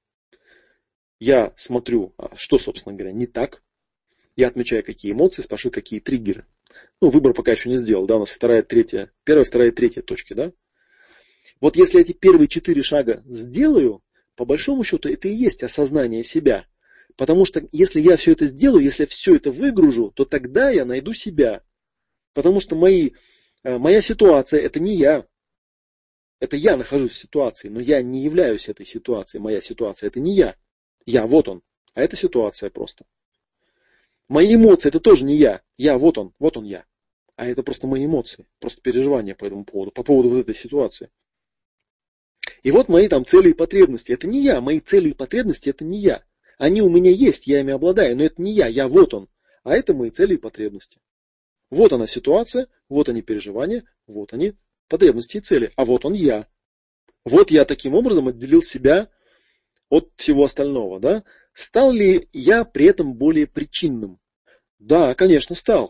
Я смотрю, что, собственно говоря, не так. Я отмечаю, какие эмоции, спрашиваю, какие триггеры. Ну, выбор пока еще не сделал, да, у нас первая, вторая, третья точки, да. Вот если эти первые 4 шага сделаю, по большому счету, это и есть осознание себя. Потому что если я все это сделаю, если я все это выгружу, то тогда я найду себя. Потому что моя ситуация это не я. Это я нахожусь в ситуации, но я не являюсь этой ситуацией. Моя ситуация это не я. Я вот он. А это ситуация просто. Мои эмоции это тоже не я. Я вот он я. А это просто мои эмоции. Просто переживания по этому поводу. По поводу вот этой ситуации. И вот мои там цели и потребности. Это не я. Мои цели и потребности это не я. Они у меня есть, я ими обладаю, но это не я вот он. А это мои цели и потребности. Вот она ситуация, вот они переживания, вот они потребности и цели. А вот он я. Вот я таким образом отделил себя от всего остального. Да? Стал ли я при этом более причинным? Да, конечно, стал.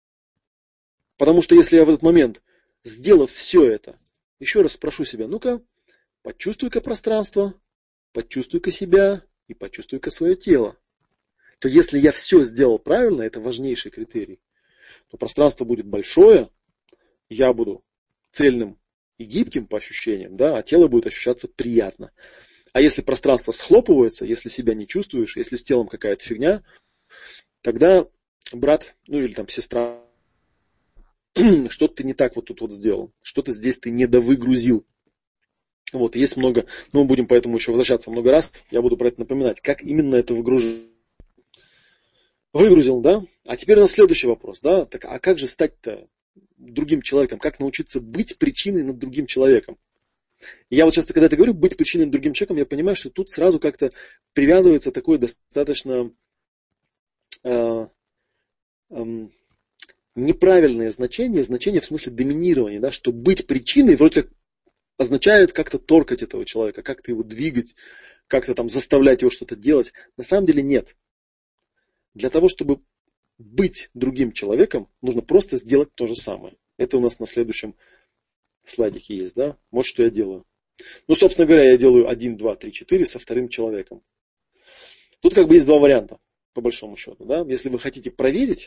Потому что если я в этот момент, сделав все это, еще раз спрошу себя, ну-ка, почувствуй-ка пространство, почувствуй-ка себя и почувствуй-ка свое тело. То если я все сделал правильно, это важнейший критерий, то пространство будет большое, я буду цельным и гибким по ощущениям, да, а тело будет ощущаться приятно. А если пространство схлопывается, если себя не чувствуешь, если с телом какая-то фигня, тогда брат, ну или там сестра, что-то ты не так вот тут вот сделал, что-то здесь ты недовыгрузил. Вот, есть много, ну, будем поэтому еще возвращаться много раз, я буду про это напоминать, как именно это выгрузил, да? А теперь у нас следующий вопрос, да? Так, а как же стать-то другим человеком? Как научиться быть причиной над другим человеком? И я вот часто, когда это говорю, быть причиной над другим человеком, я понимаю, что тут сразу как-то привязывается такое достаточно неправильное значение, значение в смысле доминирования, да, что быть причиной вроде как означает как-то торкать этого человека, как-то его двигать, как-то там заставлять его что-то делать. На самом деле нет. Для того, чтобы быть другим человеком, нужно просто сделать то же самое. Это у нас на следующем слайдике есть, да? Вот что я делаю. Ну, собственно говоря, я делаю 1, 2, 3, 4 со вторым человеком. Тут как бы есть два варианта, по большому счету, да? Если вы хотите проверить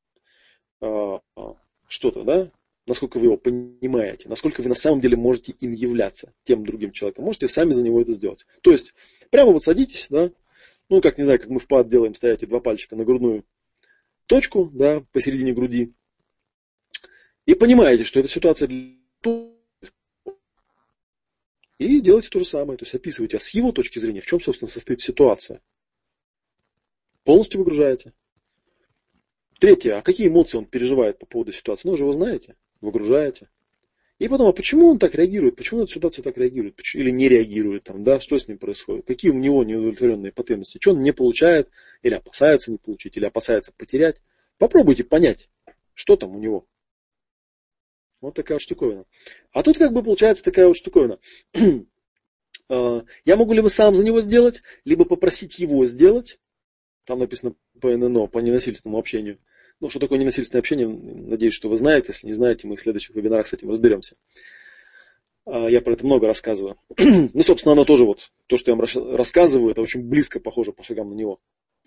что-то, да, насколько вы его понимаете, насколько вы на самом деле можете им являться, тем другим человеком, можете сами за него это сделать. То есть, прямо вот садитесь, да, ну, как, не знаю, как мы в пад делаем, ставите два пальчика на грудную точку, да, посередине груди, и понимаете, что эта ситуация и делайте то же самое, то есть описывайте, а с его точки зрения, в чем, собственно, состоит ситуация. Полностью выгружаете. Третье, а какие эмоции он переживает по поводу ситуации? Ну, вы же его знаете, выгружаете. И потом, а почему он так реагирует? Почему на эту ситуацию так реагирует? Или не реагирует? Там, да, что с ним происходит? Какие у него неудовлетворенные потребности? Что он не получает? Или опасается не получить? Или опасается потерять? Попробуйте понять, что там у него. Вот такая вот штуковина. А тут как бы получается такая вот штуковина. Я могу либо сам за него сделать, либо попросить его сделать. Там написано по ННО, по ненасильственному общению. Ну, что такое ненасильственное общение, надеюсь, что вы знаете. Если не знаете, мы в следующих вебинарах с этим разберемся. Я про это много рассказываю. Ну, собственно, оно тоже вот, то, что я вам рассказываю, это очень близко похоже по шагам на него.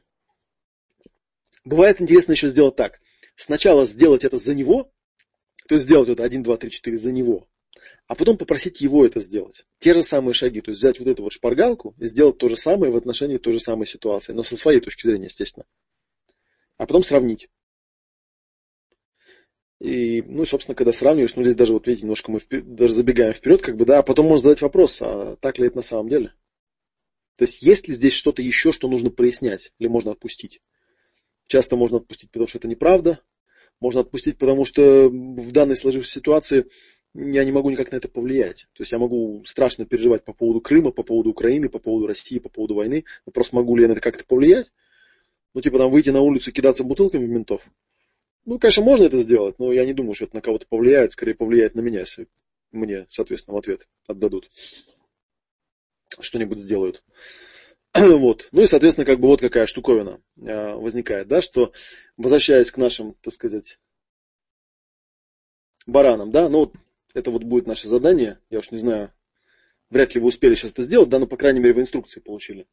Бывает интересно еще сделать так. Сначала сделать это за него, то есть сделать это 1, 2, 3, 4 за него, а потом попросить его это сделать. Те же самые шаги, то есть взять вот эту вот шпаргалку и сделать то же самое в отношении той же самой ситуации, но со своей точки зрения, естественно. А потом сравнить. И, ну, собственно, когда сравниваешь, ну, здесь даже, вот видите, немножко мы даже забегаем вперед, как бы, да, а потом можно задать вопрос, а так ли это на самом деле? То есть, есть ли здесь что-то еще, что нужно прояснять, или можно отпустить? Часто можно отпустить, потому что это неправда. Можно отпустить, потому что в данной сложившейся ситуации я не могу никак на это повлиять. То есть, я могу страшно переживать по поводу Крыма, по поводу Украины, по поводу России, по поводу войны. Но просто могу ли я на это как-то повлиять? Ну, типа, там, выйти на улицу и кидаться бутылками в ментов. Ну, конечно, можно это сделать, но я не думаю, что это на кого-то повлияет. Скорее, повлияет на меня, если мне, соответственно, в ответ отдадут. Что-нибудь сделают. Вот. Ну и, соответственно, как бы вот какая штуковина возникает, да, что, возвращаясь к нашим, так сказать, баранам, да, ну, это вот будет наше задание. Я уж не знаю, вряд ли вы успели сейчас это сделать, да, но, по крайней мере, вы инструкции получили.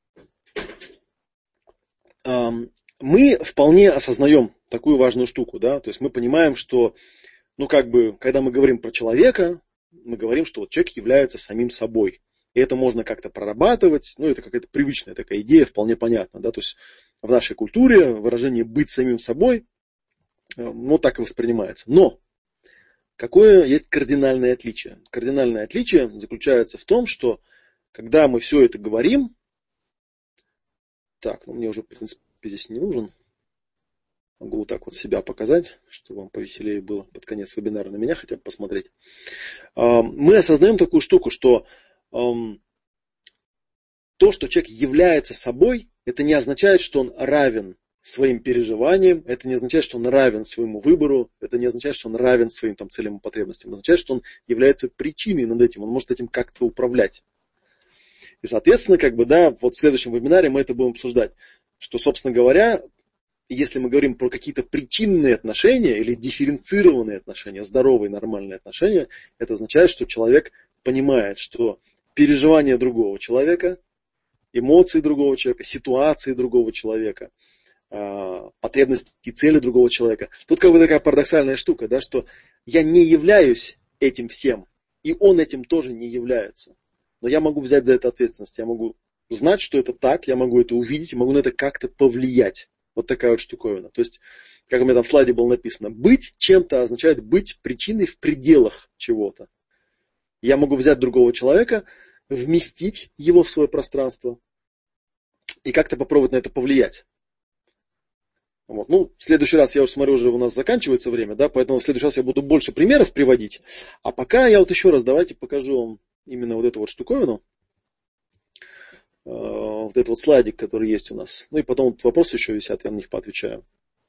Мы вполне осознаем такую важную штуку, да, то есть мы понимаем, что, ну, как бы, когда мы говорим про человека, мы говорим, что вот человек является самим собой. И это можно как-то прорабатывать, ну, это какая-то привычная такая идея, вполне понятна, да, то есть в нашей культуре выражение «быть самим собой», ну, так и воспринимается. Но какое есть кардинальное отличие? Кардинальное отличие заключается в том, что когда мы все это говорим, так, ну, мне уже, в принципе, здесь не нужен. Могу вот так вот себя показать, чтобы вам повеселее было под конец вебинара на меня хотя бы посмотреть. Мы осознаем такую штуку, что то, что человек является собой, это не означает, что он равен своим переживаниям, это не означает, что он равен своему выбору, это не означает, что он равен своим там, целям и потребностям. Это означает, что он является причиной над этим, он может этим как-то управлять. И, соответственно, как бы, да, вот в следующем вебинаре мы это будем обсуждать, что, собственно говоря, если мы говорим про какие-то причинные отношения или дифференцированные отношения, здоровые, нормальные отношения, это означает, что человек понимает, что переживания другого человека, эмоции другого человека, ситуации другого человека, потребности и цели другого человека. Тут как бы такая парадоксальная штука, да, что я не являюсь этим всем и он этим тоже не является. Но я могу взять за это ответственность. Я могу знать, что это так, я могу это увидеть, и могу на это как-то повлиять. Вот такая вот штуковина. То есть, как у меня там в слайде было написано, быть чем-то означает быть причиной в пределах чего-то. Я могу взять другого человека, вместить его в свое пространство и как-то попробовать на это повлиять. Вот. Ну, в следующий раз, я уже смотрю, уже у нас заканчивается время, да, поэтому в следующий раз я буду больше примеров приводить. А пока я вот еще раз давайте покажу вам именно вот эту вот штуковину. Вот этот вот слайдик, который есть у нас. Ну и потом вот вопросы еще висят, я на них поотвечаю.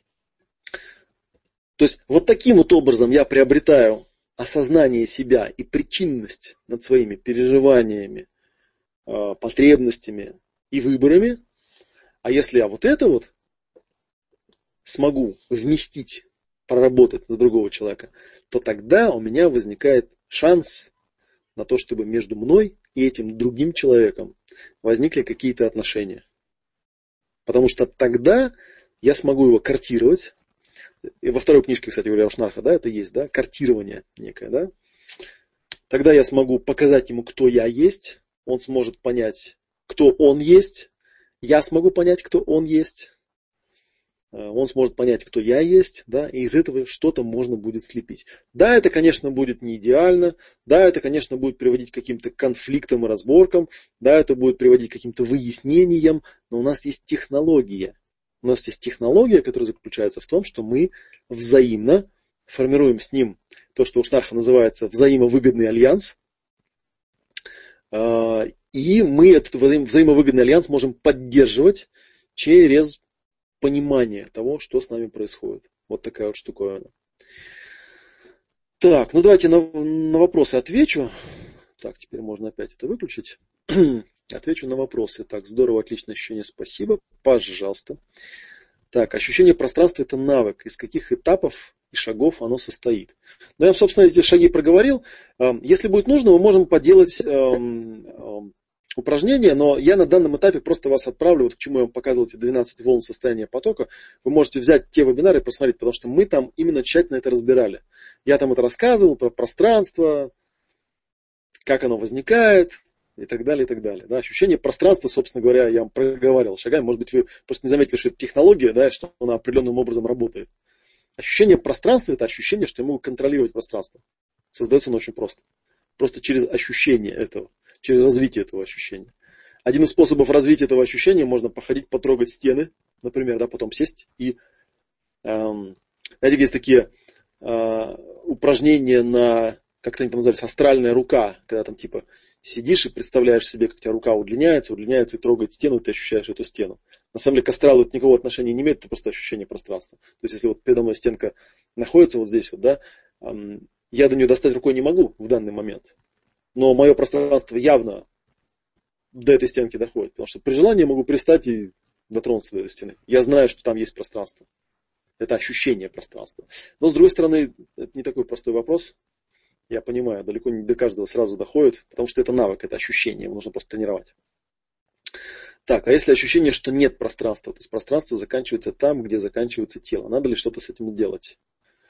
То есть вот таким вот образом я приобретаю осознание себя и причинность над своими переживаниями, потребностями и выборами. А если я вот это вот смогу вместить, проработать на другого человека, то тогда у меня возникает шанс на то, чтобы между мной и этим другим человеком возникли какие-то отношения. Потому что тогда я смогу его картировать. И во второй книжке, кстати говоря, у Шнарха, да, это есть, да, картирование некое, да. Тогда я смогу показать ему, кто я есть. Он сможет понять, кто он есть. Я смогу понять, кто он есть. Он сможет понять, кто я есть, да, и из этого что-то можно будет слепить. Да, это, конечно, будет не идеально, да, это, конечно, будет приводить к каким-то конфликтам и разборкам, да, это будет приводить к каким-то выяснениям, но у нас есть технология. У нас есть технология, которая заключается в том, что мы взаимно формируем с ним то, что у Шнарха называется взаимовыгодный альянс, и мы этот взаимовыгодный альянс можем поддерживать через понимание того, что с нами происходит. Вот такая вот штуковина. Так, ну давайте на вопросы отвечу. Так, теперь можно опять это выключить. Отвечу на вопросы. Так, здорово, отличное ощущение, спасибо. Пожалуйста. Так, ощущение пространства – это навык. Из каких этапов и шагов оно состоит? Ну, я, собственно, эти шаги проговорил. Если будет нужно, мы можем поделать упражнение, но я на данном этапе просто вас отправлю, вот к чему я вам показывал эти 12 волн состояния потока. Вы можете взять те вебинары и посмотреть, потому что мы там именно тщательно это разбирали. Я там это рассказывал про пространство, как оно возникает и так далее, и так далее. Да, ощущение пространства, собственно говоря, я вам проговаривал шагами. Может быть, вы просто не заметили, что это технология, да, что она определенным образом работает. Ощущение пространства – это ощущение, что я могу контролировать пространство. Создается оно очень просто. Просто через ощущение этого. Через развитие этого ощущения. Один из способов развития этого ощущения можно походить, потрогать стены, например, да, потом сесть и, знаете, есть такие упражнения на, как-то они там назывались, астральная рука, когда там типа сидишь и представляешь себе, как у тебя рука удлиняется и трогает стену, и ты ощущаешь эту стену. На самом деле к астралу это никакого отношения не имеет, это просто ощущение пространства. То есть если вот передо мной стенка находится вот здесь вот, да, я до нее достать рукой не могу в данный момент. Но мое пространство явно до этой стенки доходит. Потому что при желании я могу пристать и дотронуться до этой стены. Я знаю, что там есть пространство. Это ощущение пространства. Но с другой стороны, это не такой простой вопрос. Я понимаю, далеко не до каждого сразу доходит. Потому что это навык, это ощущение. Его нужно просто тренировать. Так, а если ощущение, что нет пространства? То есть пространство заканчивается там, где заканчивается тело. Надо ли что-то с этим делать?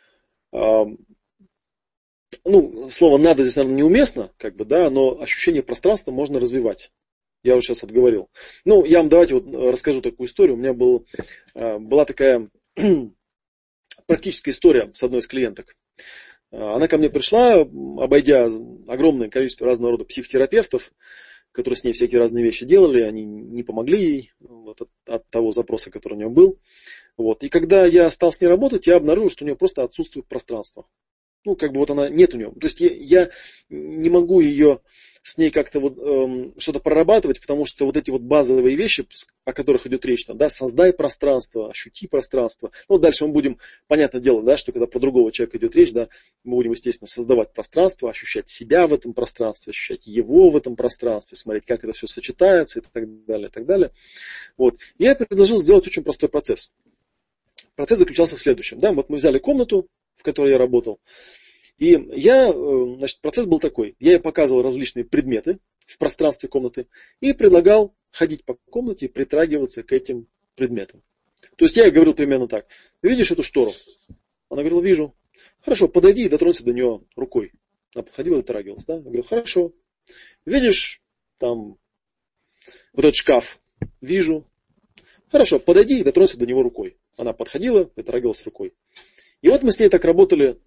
Ну, слово «надо» здесь, наверное, неуместно, как бы, да, но ощущение пространства можно развивать. Я уже сейчас вот говорил. Ну, я вам давайте вот расскажу такую историю. У меня была такая практическая история с одной из клиенток. Она ко мне пришла, обойдя огромное количество разного рода психотерапевтов, которые с ней всякие разные вещи делали, они не помогли ей вот, от того запроса, который у нее был. Вот. И когда я стал с ней работать, я обнаружил, что у нее просто отсутствует пространство. Ну, как бы вот она, нет у нее. То есть я не могу ее с ней как-то вот что-то прорабатывать, потому что вот эти вот базовые вещи, о которых идет речь, там, да, создай пространство, ощути пространство. Ну, дальше мы будем, понятное дело, да, что когда про другого человека идет речь, да, мы будем, естественно, создавать пространство, ощущать себя в этом пространстве, ощущать его в этом пространстве, смотреть, как это все сочетается и так далее, и так далее. Вот. Я предложил сделать очень простой процесс. Процесс заключался в следующем. Да, вот мы взяли комнату, в которой я работал. И значит, процесс был такой. Я ей показывал различные предметы в пространстве комнаты и предлагал ходить по комнате и притрагиваться к этим предметам. То есть я ей говорил примерно так. Видишь эту штору? Она говорила, вижу. Хорошо, подойди и дотронься до нее рукой. Она подходила и дотрагивалась, да? Я говорю, хорошо. Видишь, там, вот этот шкаф? Вижу. Хорошо, подойди и дотронься до него рукой. Она подходила, дотрагивалась рукой. И вот мы с ней так работали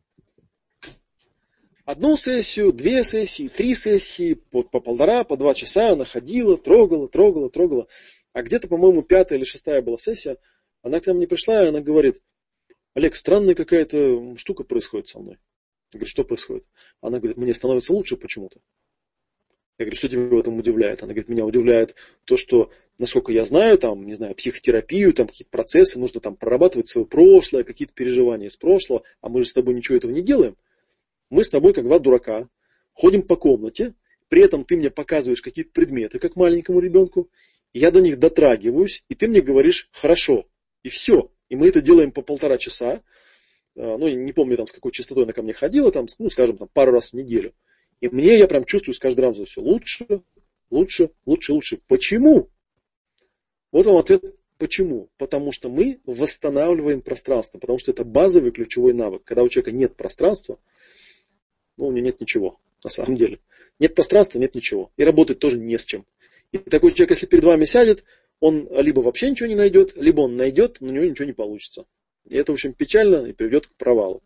одну сессию, 2 сессии, 3 сессии, по 1,5, по 2 часа она ходила, трогала. А где-то, по-моему, 5-я или 6-я была сессия, она к нам не пришла, и она говорит, Олег, странная какая-то штука происходит со мной. Я говорю, что происходит? Она говорит, мне становится лучше почему-то. Я говорю, что тебя в этом удивляет? Она говорит, меня удивляет то, что, насколько я знаю, там, не знаю, психотерапию, там какие-то процессы, нужно там прорабатывать свое прошлое, какие-то переживания из прошлого, а мы же с тобой ничего этого не делаем. Мы с тобой, как два дурака, ходим по комнате, при этом ты мне показываешь какие-то предметы, как маленькому ребенку, я до них дотрагиваюсь, и ты мне говоришь «хорошо». И все. И мы это делаем по 1,5 часа. Ну, не помню, там, с какой частотой она ко мне ходила, там, ну, скажем, там, пару раз в неделю. И я прям чувствую с каждым разом все лучше. Почему? Вот вам ответ почему. Потому что мы восстанавливаем пространство. Потому что это базовый ключевой навык. Когда у человека нет пространства, ну, у него нет ничего, на самом деле. Нет пространства, нет ничего. И работать тоже не с чем. И такой человек, если перед вами сядет, он либо вообще ничего не найдет, либо он найдет, но у него ничего не получится. И это, в общем, печально и приведет к провалу.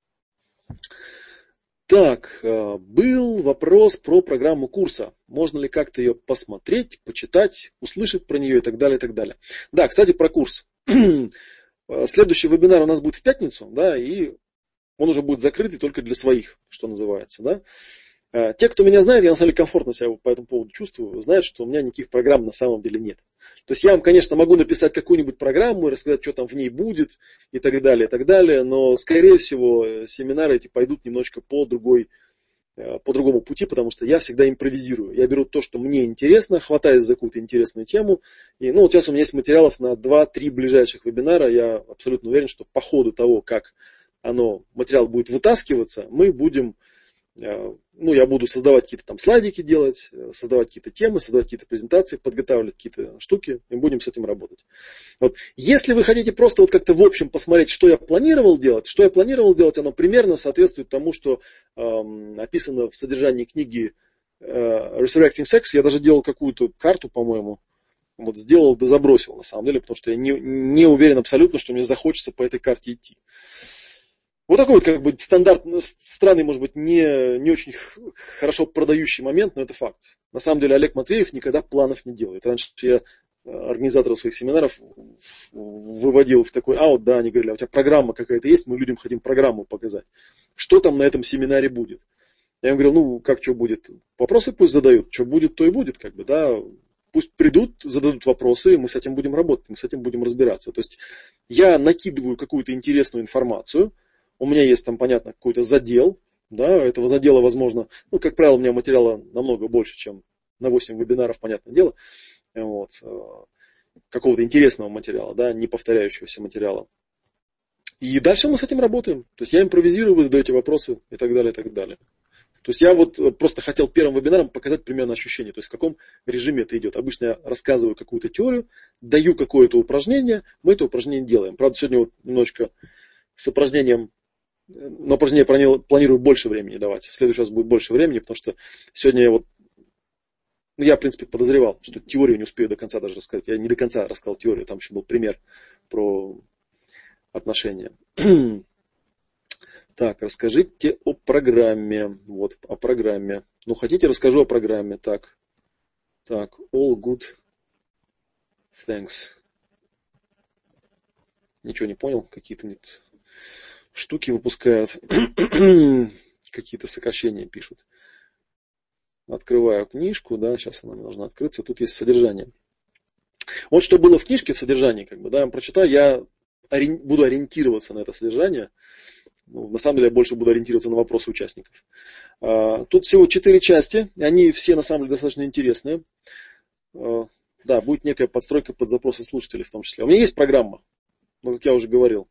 Так, был вопрос про программу курса. Можно ли как-то ее посмотреть, почитать, услышать про нее и так далее, и так далее. Да, кстати, про курс. Следующий вебинар у нас будет в пятницу, да, и он уже будет закрытый только для своих, что называется, да. Те, кто меня знает, я на самом деле комфортно себя по этому поводу чувствую, знают, что у меня никаких программ на самом деле нет. То есть я вам, конечно, могу написать какую-нибудь программу и рассказать, что там в ней будет и так далее, но, скорее всего, семинары эти пойдут немножечко по другому пути, потому что я всегда импровизирую. Я беру то, что мне интересно, хватаюсь за какую-то интересную тему. И, вот сейчас у меня есть материалов на 2-3 ближайших вебинара. Я абсолютно уверен, что по ходу того, как материал будет вытаскиваться, мы будем... я буду создавать какие-то там слайдики делать, создавать какие-то темы, создавать какие-то презентации, подготавливать какие-то штуки, и будем с этим работать. Вот. Если вы хотите просто как-то в общем посмотреть, что я планировал делать, оно примерно соответствует тому, что описано в содержании книги Resurrecting Sex. Я даже делал какую-то карту, по-моему, сделал да забросил на самом деле, потому что я не уверен абсолютно, что мне захочется по этой карте идти. Вот такой стандарт, странный, может быть, не очень хорошо продающий момент, но это факт. На самом деле Олег Матвеев никогда планов не делает. Раньше я организаторов своих семинаров выводил в такой аут, да, они говорили, а у тебя программа какая-то есть, мы людям хотим программу показать. Что там на этом семинаре будет? Я им говорил, как что будет? Вопросы пусть задают, что будет, то и будет, да. Пусть придут, зададут вопросы, мы с этим будем работать, мы с этим будем разбираться. То есть я накидываю какую-то интересную информацию. У меня есть там, понятно, какой-то задел, да, этого задела, возможно, как правило, у меня материала намного больше, чем на 8 вебинаров, понятное дело, какого-то интересного материала, да, не повторяющегося материала. И дальше мы с этим работаем. То есть я импровизирую, вы задаете вопросы и так далее, и так далее. То есть я просто хотел первым вебинаром показать примерно ощущение, то есть в каком режиме это идет. Обычно я рассказываю какую-то теорию, даю какое-то упражнение, мы это упражнение делаем. Правда, сегодня немножечко с упражнением, на упражнение планирую больше времени давать. В следующий раз будет больше времени, потому что сегодня я, в принципе, подозревал, что теорию не успею до конца даже рассказать. Я не до конца рассказал теорию, там еще был пример про отношения. Так, расскажите о программе. О программе. Хотите, расскажу о программе. Так, all good. Thanks. Ничего не понял, какие-то нет. Штуки выпускают, какие-то сокращения пишут. Открываю книжку, да, сейчас она должна открыться, тут есть содержание. Вот что было в книжке в содержании, я вам прочитаю, я буду ориентироваться на это содержание. На самом деле я больше буду ориентироваться на вопросы участников. Тут всего 4 части, они все на самом деле достаточно интересные. Да, будет некая подстройка под запросы слушателей в том числе. У меня есть программа, как я уже говорил.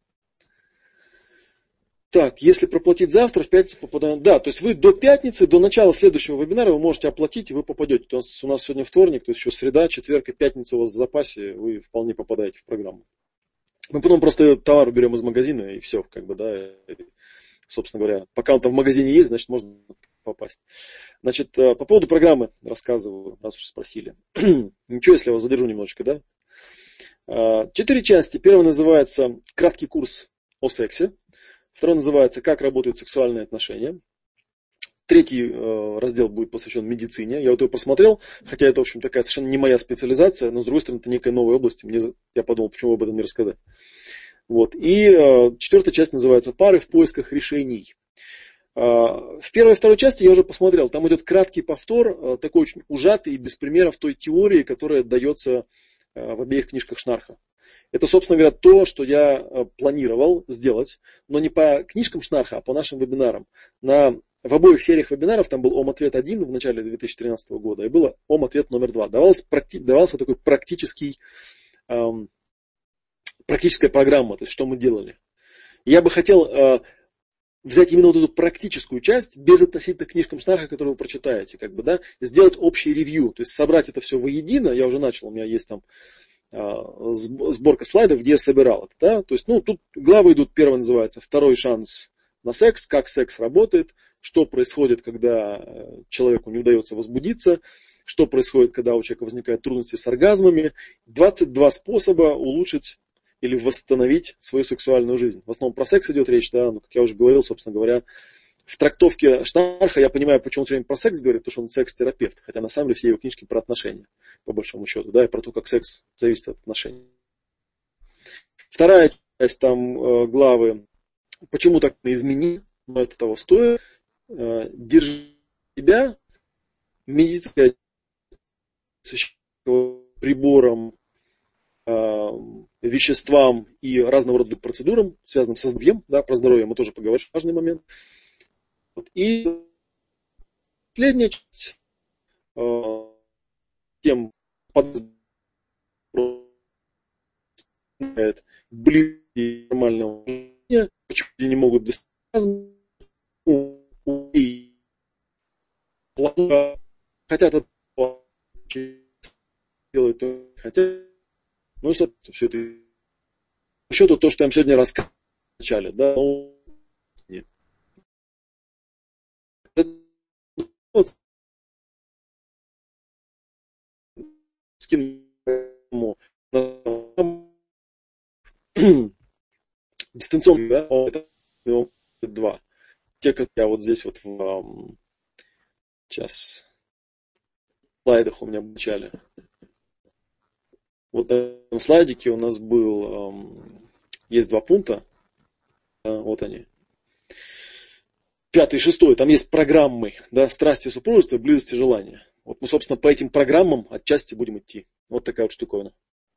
Так, если проплатить завтра, в пятницу попадаем. Да, то есть вы до пятницы, до начала следующего вебинара вы можете оплатить, и вы попадете. То есть у нас сегодня вторник, то есть еще среда, четверг и пятница у вас в запасе, вы вполне попадаете в программу. Мы потом просто товар берем из магазина, и все, да, и собственно говоря. Пока он там в магазине есть, значит, можно попасть. Значит, по поводу программы рассказываю, раз уж спросили. Ничего, если я вас задержу немножечко, да? 4 части. Первая называется «Краткий курс о сексе». Второй называется «Как работают сексуальные отношения». Третий раздел будет посвящен медицине. Я вот его просмотрел, хотя это, в общем, такая совершенно не моя специализация, но, с другой стороны, это некая новая область. Я подумал, почему об этом не рассказать. Вот. И 4-я часть называется «Пары в поисках решений». В первой и второй части я уже посмотрел. Там идет краткий повтор, такой очень ужатый и без примеров той теории, которая дается в обеих книжках Шнарха. Это, собственно говоря, то, что я планировал сделать, но не по книжкам Шнарха, а по нашим вебинарам. В обоих сериях вебинаров там был ОМ-ответ 1 в начале 2013 года и был ОМ-ответ номер 2. Давался такой практическая программа, то есть что мы делали. Я бы хотел взять именно вот эту практическую часть, без относительно к книжкам Шнарха, которые вы прочитаете, сделать общий ревью, то есть собрать это все воедино. Я уже начал, у меня есть там сборка слайдов, где я собирал это. Да? То есть, тут главы идут, первый называется «Второй шанс на секс», как секс работает, что происходит, когда человеку не удается возбудиться, что происходит, когда у человека возникают трудности с оргазмами, 22 способа улучшить или восстановить свою сексуальную жизнь. В основном про секс идет речь, да, как я уже говорил, собственно говоря, в трактовке Шнарха я понимаю, почему он все время про секс говорит, потому что он секс-терапевт, хотя на самом деле все его книжки про отношения, по большому счету, да, и про то, как секс зависит от отношений. Вторая часть там главы «Почему так измени, но это того стоит», «Держи себя», медицинское приборам, веществам и разного рода процедурам, связанным со здоровьем, да, про здоровье мы тоже поговорим, важный момент. И последняя часть тем близкие нормального жизни, почему они не могут достигать, хотят это делать, то хотят. Ну и, собственно, все это. По счету, то, что я вам сегодня рассказал в начале, да, нет. Скину дистанционно, да, это 2. Те, как я вот здесь вот сейчас в слайдах у меня в начале. Вот на этом слайдике у нас есть 2 пункта. Вот они. 5 и 6. Там есть программы, да, страсти, супружества, близости, желания. Вот мы, собственно, по этим программам отчасти будем идти. Вот такая вот штуковина.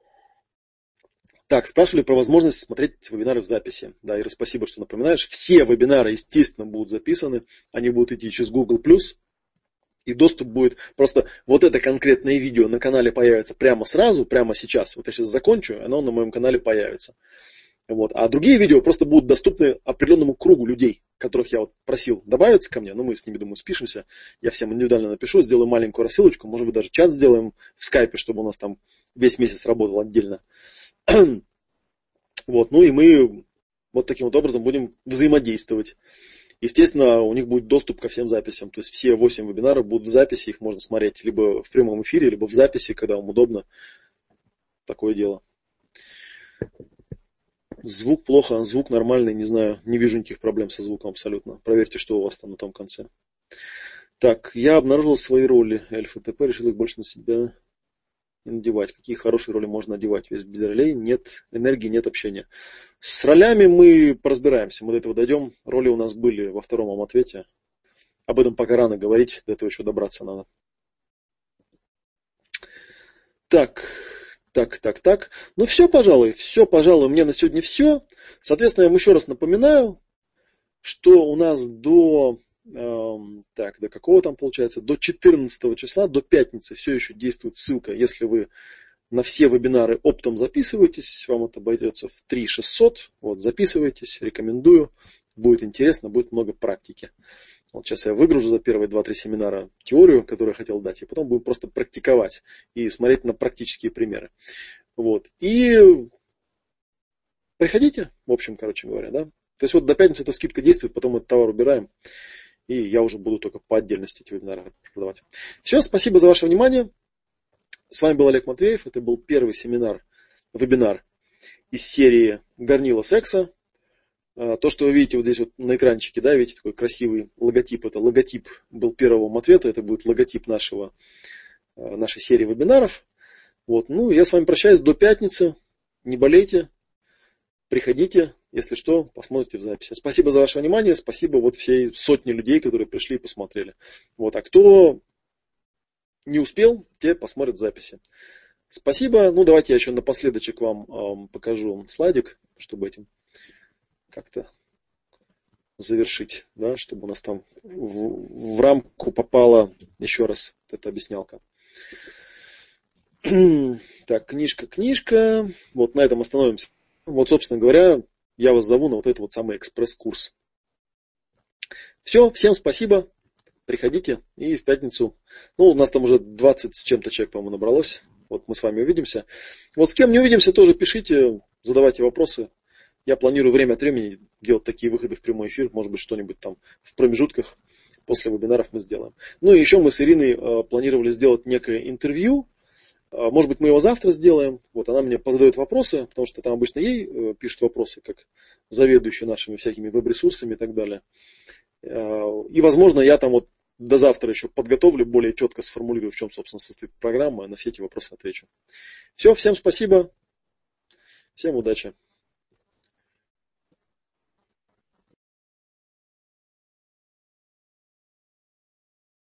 Так, спрашивали про возможность смотреть вебинары в записи. Да, Ира, спасибо, что напоминаешь. Все вебинары, естественно, будут записаны. Они будут идти через Google+. И доступ будет, просто вот это конкретное видео на канале появится прямо сразу, прямо сейчас. Вот я сейчас закончу, оно на моем канале появится. Вот. А другие видео просто будут доступны определенному кругу людей, которых я вот просил добавиться ко мне. Ну, мы с ними, думаю, спишемся. Я всем индивидуально напишу, сделаю маленькую рассылочку. Может быть, даже чат сделаем в скайпе, чтобы у нас там весь месяц работал отдельно. Вот. Ну и мы вот таким вот образом будем взаимодействовать. Естественно, у них будет доступ ко всем записям. То есть все 8 вебинаров будут в записи, их можно смотреть либо в прямом эфире, либо в записи, когда вам удобно. Такое дело. Звук плохо, звук нормальный, не знаю, не вижу никаких проблем со звуком абсолютно. Проверьте, что у вас там на том конце. Так, я обнаружил свои роли. Эльф и ТП, решил их больше на себя не надевать. Какие хорошие роли можно одевать? Ведь без ролей нет энергии, нет общения. С ролями мы поразбираемся, мы до этого дойдем. Роли у нас были во втором ответе. Об этом пока рано говорить, до этого еще добраться надо. Так. Ну все, пожалуй, у меня на сегодня все. Соответственно, я вам еще раз напоминаю, что у нас до какого там получается, до 14 числа, до пятницы все еще действует ссылка. Если вы на все вебинары оптом записываетесь, вам это обойдется в 3600. Вот, записывайтесь, рекомендую. Будет интересно, будет много практики. Вот сейчас я выгружу за первые 2-3 семинара теорию, которую я хотел дать, и потом будем просто практиковать и смотреть на практические примеры. Вот. И приходите, в общем, короче говоря, да. То есть вот до пятницы эта скидка действует, потом этот товар убираем, и я уже буду только по отдельности эти вебинары продавать. Все, спасибо за ваше внимание. С вами был Олег Матвеев. Это был первый вебинар из серии «Горнило секса». То, что вы видите вот здесь вот на экранчике, да, видите такой красивый логотип. Это логотип был первого Матвета, это будет логотип нашей серии вебинаров. Вот. Ну, я с вами прощаюсь до пятницы. Не болейте, приходите. Если что, посмотрите в записи. Спасибо за ваше внимание. Спасибо вот всей сотне людей, которые пришли и посмотрели. Вот. А кто не успел, те посмотрят в записи. Спасибо. Ну, давайте я еще напоследочек вам покажу слайдик, чтобы этим как-то завершить, да, чтобы у нас там в рамку попала еще раз вот эта объяснялка. Так, книжка. Вот на этом остановимся. Вот, собственно говоря, я вас зову на вот этот вот самый экспресс-курс. Все, всем спасибо. Приходите и в пятницу. Ну, у нас там уже 20 с чем-то человек, по-моему, набралось. Вот мы с вами увидимся. Вот с кем не увидимся, тоже пишите, задавайте вопросы. Я планирую время от времени делать такие выходы в прямой эфир. Может быть, что-нибудь там в промежутках после вебинаров мы сделаем. Ну и еще мы с Ириной планировали сделать некое интервью. Может быть, мы его завтра сделаем. Вот она мне позадает вопросы, потому что там обычно ей пишут вопросы, как заведующий нашими всякими веб-ресурсами и так далее. И, возможно, я там вот до завтра еще подготовлю, более четко сформулирую, в чем, собственно, состоит программа, на все эти вопросы отвечу. Все, всем спасибо, всем удачи.